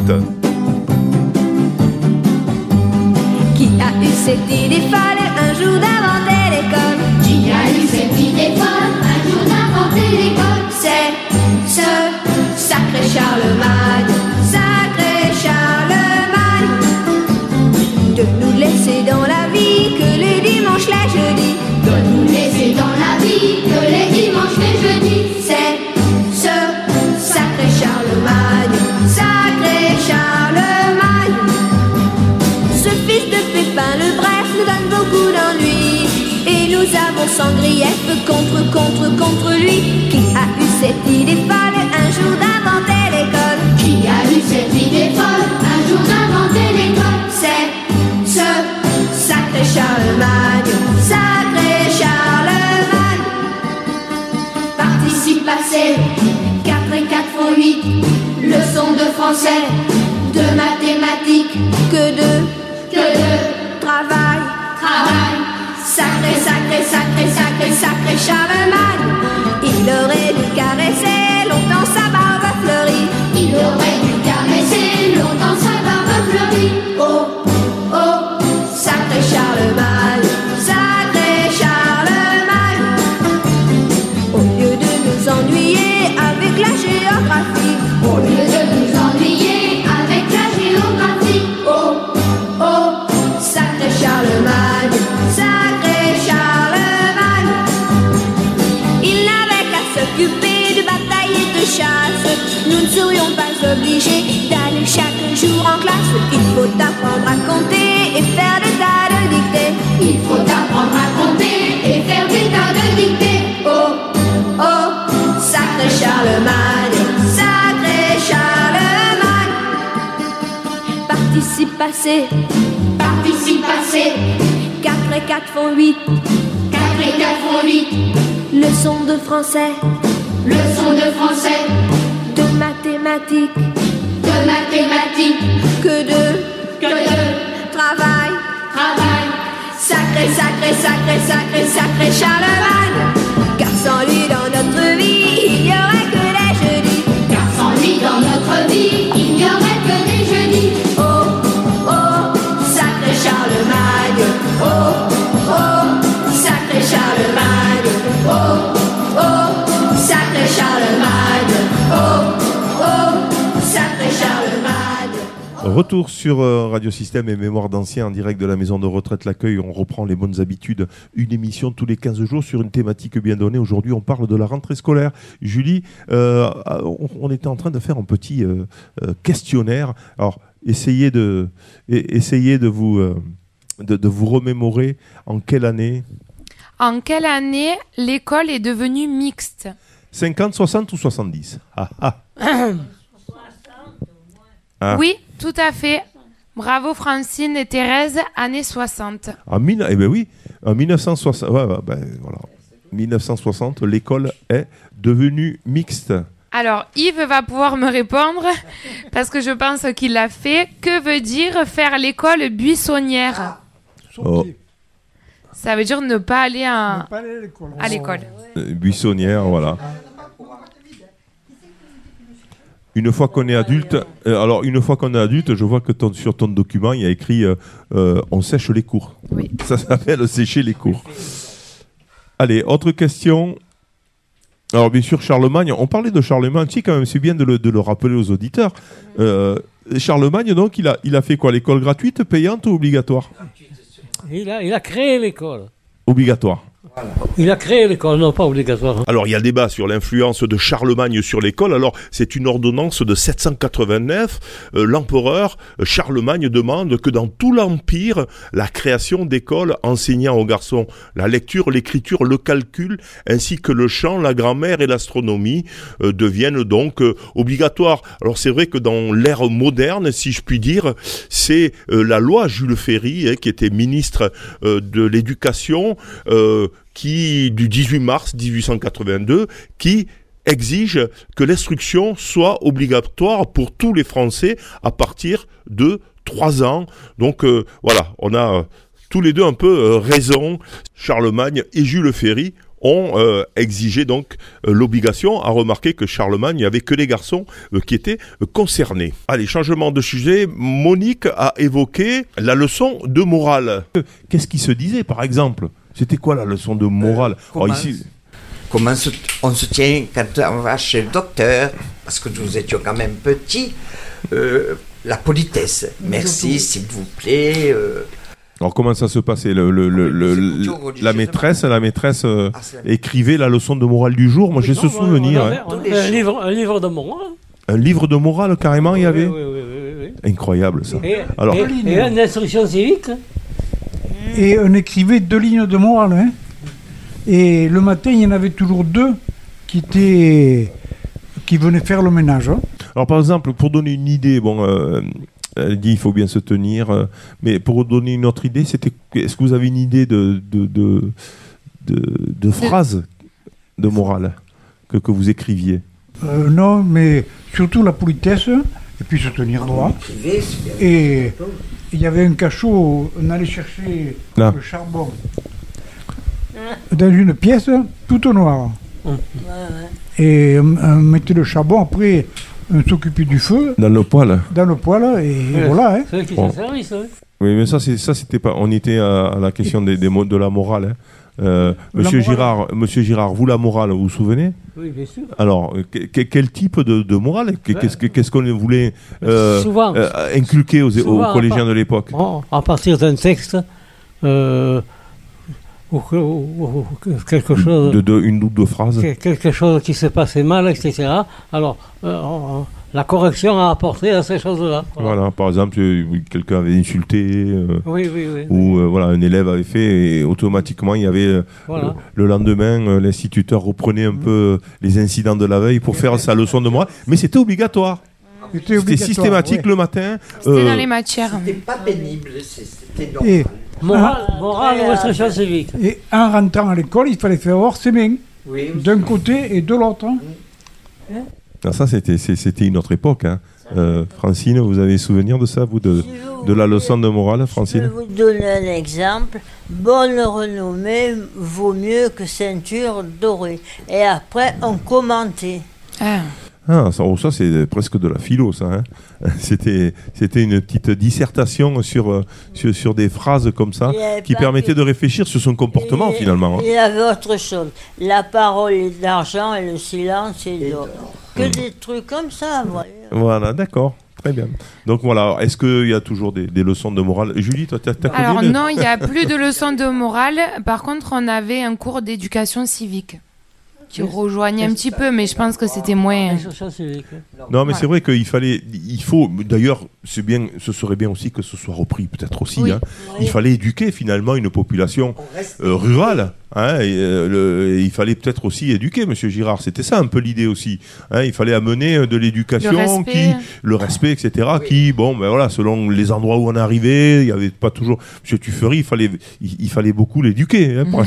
Qui a eu cette idée folle un jour d'inventer l'école? Qui a eu cette idée folle un jour d'inventer l'école? C'est ce sacré Charlemagne, sacré Charlemagne, de nous laisser dans la vie que les dimanches, les jeudis, de nous laisser dans la vie que les dimanches, les jeudis. C'est ce sacré Charlemagne, sacré Charlemagne, ce fils de Pépin le Bref nous donne beaucoup d'ennuis, et nous avons sans grief contre, contre, contre lui. Qui a eu cette idée folle un jour d'inventer l'école? Qui a eu cette idée folle un jour d'inventer l'école? C'est ce sacré Charlemagne, sacré Charlemagne. Participe passé, quatre et quatre font huit, leçon de français, de mathématiques, que de que de travail, travail, sacré, sacré, sacré, sacré, sacré Charlemagne. Il aurait dû caresser longtemps sa barbe fleurie. Il aurait dû caresser longtemps sa barbe fleurie. Oh, oh, sacré Charlemagne, sacré Charlemagne. Au lieu de nous ennuyer avec la géographie, au lieu de nous ennuyer avec la géographie. Oh, oh, sacré Charlemagne, sacré Charlemagne. Il n'avait qu'à s'occuper de bataille et de chasse. Nous ne serions pas obligés d'aller chaque jour en classe. Il faut apprendre à compter et faire des tas de dictées. Il faut apprendre à compter et faire des tas de dictées. Oh, oh, sacré Charlemagne, sacré Charlemagne. Participe passé, participe passé, quatre et quatre font huit, quatre et quatre font huit, leçon de français, leçon de français, de mathématiques, de mathématiques, que de, que de travail, travail, sacré, sacré, sacré, sacré, sacré Charlemagne. Car sans lui dans notre vie, il n'y aurait que les jeudis. Car sans lui dans notre vie, il n'y aurait que des jeudis. Oh, oh, sacré Charlemagne. Oh, oh, sacré Charlemagne. Oh, oh, sacré Charlemagne. Oh, oh, sacré Charlemagne. Retour sur euh, Radio Système et Mémoire d'Anciens en direct de la maison de retraite L'Accueil. On reprend les bonnes habitudes. Une émission tous les quinze jours sur une thématique bien donnée. Aujourd'hui, on parle de la rentrée scolaire. Julie, euh, on, on était en train de faire un petit euh, euh, questionnaire. Alors, essayez de, essayez de, vous, euh, de, de vous remémorer en quelle année. En quelle année l'école est devenue mixte? cinquante, soixante ou soixante-dix? Ah, ah. Ah. Oui, tout à fait. Bravo Francine et Thérèse, années soixante. En, mille, eh ben oui, en mille neuf cent soixante, ouais, ouais, ben voilà. mille neuf cent soixante, l'école est devenue mixte. Alors, Yves va pouvoir me répondre, parce que je pense qu'il l'a fait. Que veut dire faire l'école buissonnière? Oh. Ça veut dire ne pas aller à, Ne pas aller à l'école. à l'école. Euh, buissonnière, voilà. Une fois qu'on est adulte, euh, alors une fois qu'on est adulte, je vois que ton, sur ton document, il y a écrit euh, euh, on sèche les cours. Oui. Ça s'appelle sécher les cours. Allez, autre question. Alors bien sûr, Charlemagne, on parlait de Charlemagne, tu sais quand même, c'est bien de le, de le rappeler aux auditeurs. Euh, Charlemagne, donc, il a, il a fait quoi? L'école gratuite, payante ou obligatoire? Il a, il a créé l'école. Obligatoire. Il a créé l'école, non pas obligatoire. Alors, il y a débat sur l'influence de Charlemagne sur l'école. Alors, c'est une ordonnance de sept cent quatre-vingt-neuf. Euh, l'empereur Charlemagne demande que dans tout l'Empire, la création d'écoles enseignant aux garçons la lecture, l'écriture, le calcul, ainsi que le chant, la grammaire et l'astronomie euh, deviennent donc euh, obligatoires. Alors, c'est vrai que dans l'ère moderne, si je puis dire, c'est euh, la loi Jules Ferry, hein, qui était ministre euh, de l'Éducation, euh, qui, du dix-huit mars dix-huit cent quatre-vingt-deux, qui exige que l'instruction soit obligatoire pour tous les Français à partir de trois ans. Donc euh, voilà, on a euh, tous les deux un peu euh, raison. Charlemagne et Jules Ferry ont euh, exigé donc euh, l'obligation, à remarquer que Charlemagne, il n'y avait que les garçons euh, qui étaient euh, concernés. Allez, changement de sujet. Monique a évoqué la leçon de morale. Qu'est-ce qui se disait, par exemple ? C'était quoi la leçon de morale ? euh, comment, Alors, ici... comment se, on se tient quand on va chez le docteur, parce que nous étions quand même petits, euh, la politesse. Merci, s'il vous plaît. Euh... Alors comment ça se passait le, le, le, le, La maîtresse, la maîtresse euh, ah, la... écrivait la leçon de morale du jour. Moi j'ai non, ce souvenir. On avait, on avait hein. un, livre, un livre de morale. Un livre de morale carrément oui, il y avait. Oui, oui, oui, oui. Incroyable ça. Et, Alors, et, et une instruction civique. Et on écrivait deux lignes de morale. Hein. Et le matin, il y en avait toujours deux qui étaient qui venaient faire le ménage. Hein. Alors par exemple, pour donner une idée, bon, euh, elle dit il faut bien se tenir, euh, mais pour donner une autre idée, c'était, est-ce que vous avez une idée de de de, de, de phrases de morale que que vous écriviez? euh, Non, mais surtout la politesse et puis se tenir droit. Et il y avait un cachot, on allait chercher Là. le charbon dans une pièce toute noire. Ouais, ouais. Et on, on mettait le charbon, après on s'occupait du feu. Dans le poêle. Dans le poêle, et ouais, voilà. Hein. C'est vrai qu'ils bon. servi, ça. Oui, mais ça, c'est, ça c'était pas. On était à, à la question des, des mots de la morale. Hein. Euh, Monsieur morale. Girard, Monsieur Girard, vous la morale, vous vous souvenez? Oui, bien sûr. Alors, que, quel type de, de morale qu'est-ce, qu'est-ce qu'on voulait euh, souvent, euh, inculquer aux, souvent, aux collégiens de l'époque? À partir d'un texte, euh, ou, ou, ou, ou quelque chose, de, de, une double phrase, quelque chose qui s'est passé mal, et cetera. Alors, euh, on, la correction à apporter à ces choses-là. Voilà, voilà par exemple, quelqu'un avait insulté, euh, oui, oui, oui, ou oui. Euh, voilà, un élève avait fait, et automatiquement, il y avait voilà. euh, le lendemain, euh, l'instituteur reprenait un mmh. peu les incidents de la veille pour faire sa leçon de morale, mais c'était obligatoire. C'était, c'était systématique ouais. le matin. C'était euh, dans les matières. C'était pas pénible, c'était normal. Et, morale, morale ou instruction civique. Et en rentrant à l'école, il fallait faire voir ses mains, oui, d'un côté et de l'autre. Hein. Mmh. Non, ça, c'était, c'était une autre époque. Hein. Euh, Francine, vous avez souvenir de ça, vous, de, de la leçon de morale, Francine? Je vais vous donner un exemple. Bonne renommée vaut mieux que ceinture dorée. Et après, on commentait. Ah. Ah, ça, oh, ça c'est presque de la philo, ça. Hein. C'était, c'était une petite dissertation sur, euh, sur, sur des phrases comme ça qui permettaient de réfléchir sur son comportement, et, finalement. Hein. Il y avait autre chose. La parole est d'argent et le silence est d'or. Que mmh. des trucs comme ça, voilà. Voilà, d'accord. Très bien. Donc voilà, est-ce qu'il y a toujours des, des leçons de morale? Julie, toi, tu as connu? Alors le... non, il n'y a plus de leçons de morale. Par contre, on avait un cours d'éducation civique qui rejoignait un petit peu, mais je pense que c'était moins... Non, mais c'est vrai qu'il fallait... Il faut... D'ailleurs, c'est bien, ce serait bien aussi que ce soit repris, peut-être aussi. Oui. Hein. Oui. Il fallait éduquer, finalement, une population euh, rurale. Hein, et, euh, le, et il fallait peut-être aussi éduquer, Monsieur Girard. C'était ça un peu l'idée aussi. Hein, il fallait amener de l'éducation, le respect, qui, le respect et cetera. Oui. Qui, bon, ben voilà, selon les endroits où on arrivait, il n'y avait pas toujours... Monsieur Tuffery, il fallait, il, il fallait beaucoup l'éduquer. Hein, pour...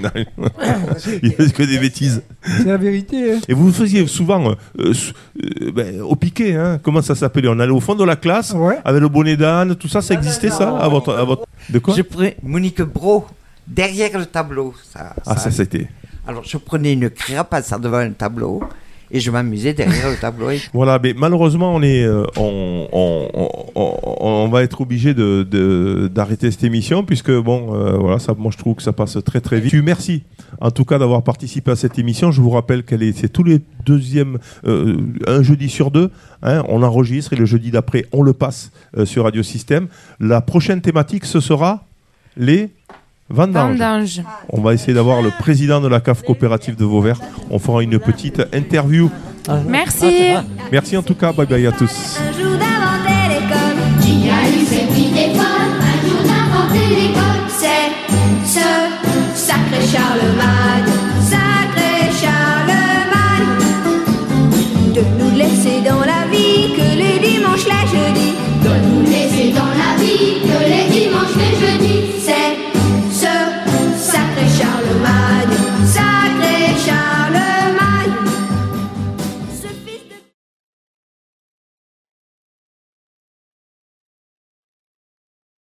il faisait que des bêtises. C'est la vérité. Hein. Et vous faisiez souvent euh, euh, ben, au piquet. Hein, comment ça s'appelait? On allait au fond de la classe, ouais. avec le bonnet d'âne, tout ça, ça existait non, non, ça non, à votre, à votre... De quoi? Je prenais Monique Brault. Derrière le tableau, ça. Ah, ça, ça c'était. Alors, je prenais une craie, passant devant un tableau, et je m'amusais derrière le tableau. Voilà, mais malheureusement, on est, euh, on, on, on, on va être obligé de, de, d'arrêter cette émission, puisque bon, euh, voilà, ça, moi je trouve que ça passe très très vite. Merci, en tout cas, d'avoir participé à cette émission. Je vous rappelle qu'elle est, c'est tous les deuxièmes, euh, un jeudi sur deux. Hein, on enregistre et le jeudi d'après, on le passe euh, sur Radio Système. La prochaine thématique, ce sera les Vendange. Vendange. On va essayer d'avoir le président de la cave coopérative de Vauvert. On fera une petite interview. Merci. Merci en tout cas, bye bye à tous. Un jour d'inventer l'école. Il y a eu cette idée folle. Un jour d'inventer l'école. C'est ce sacré Charlemagne.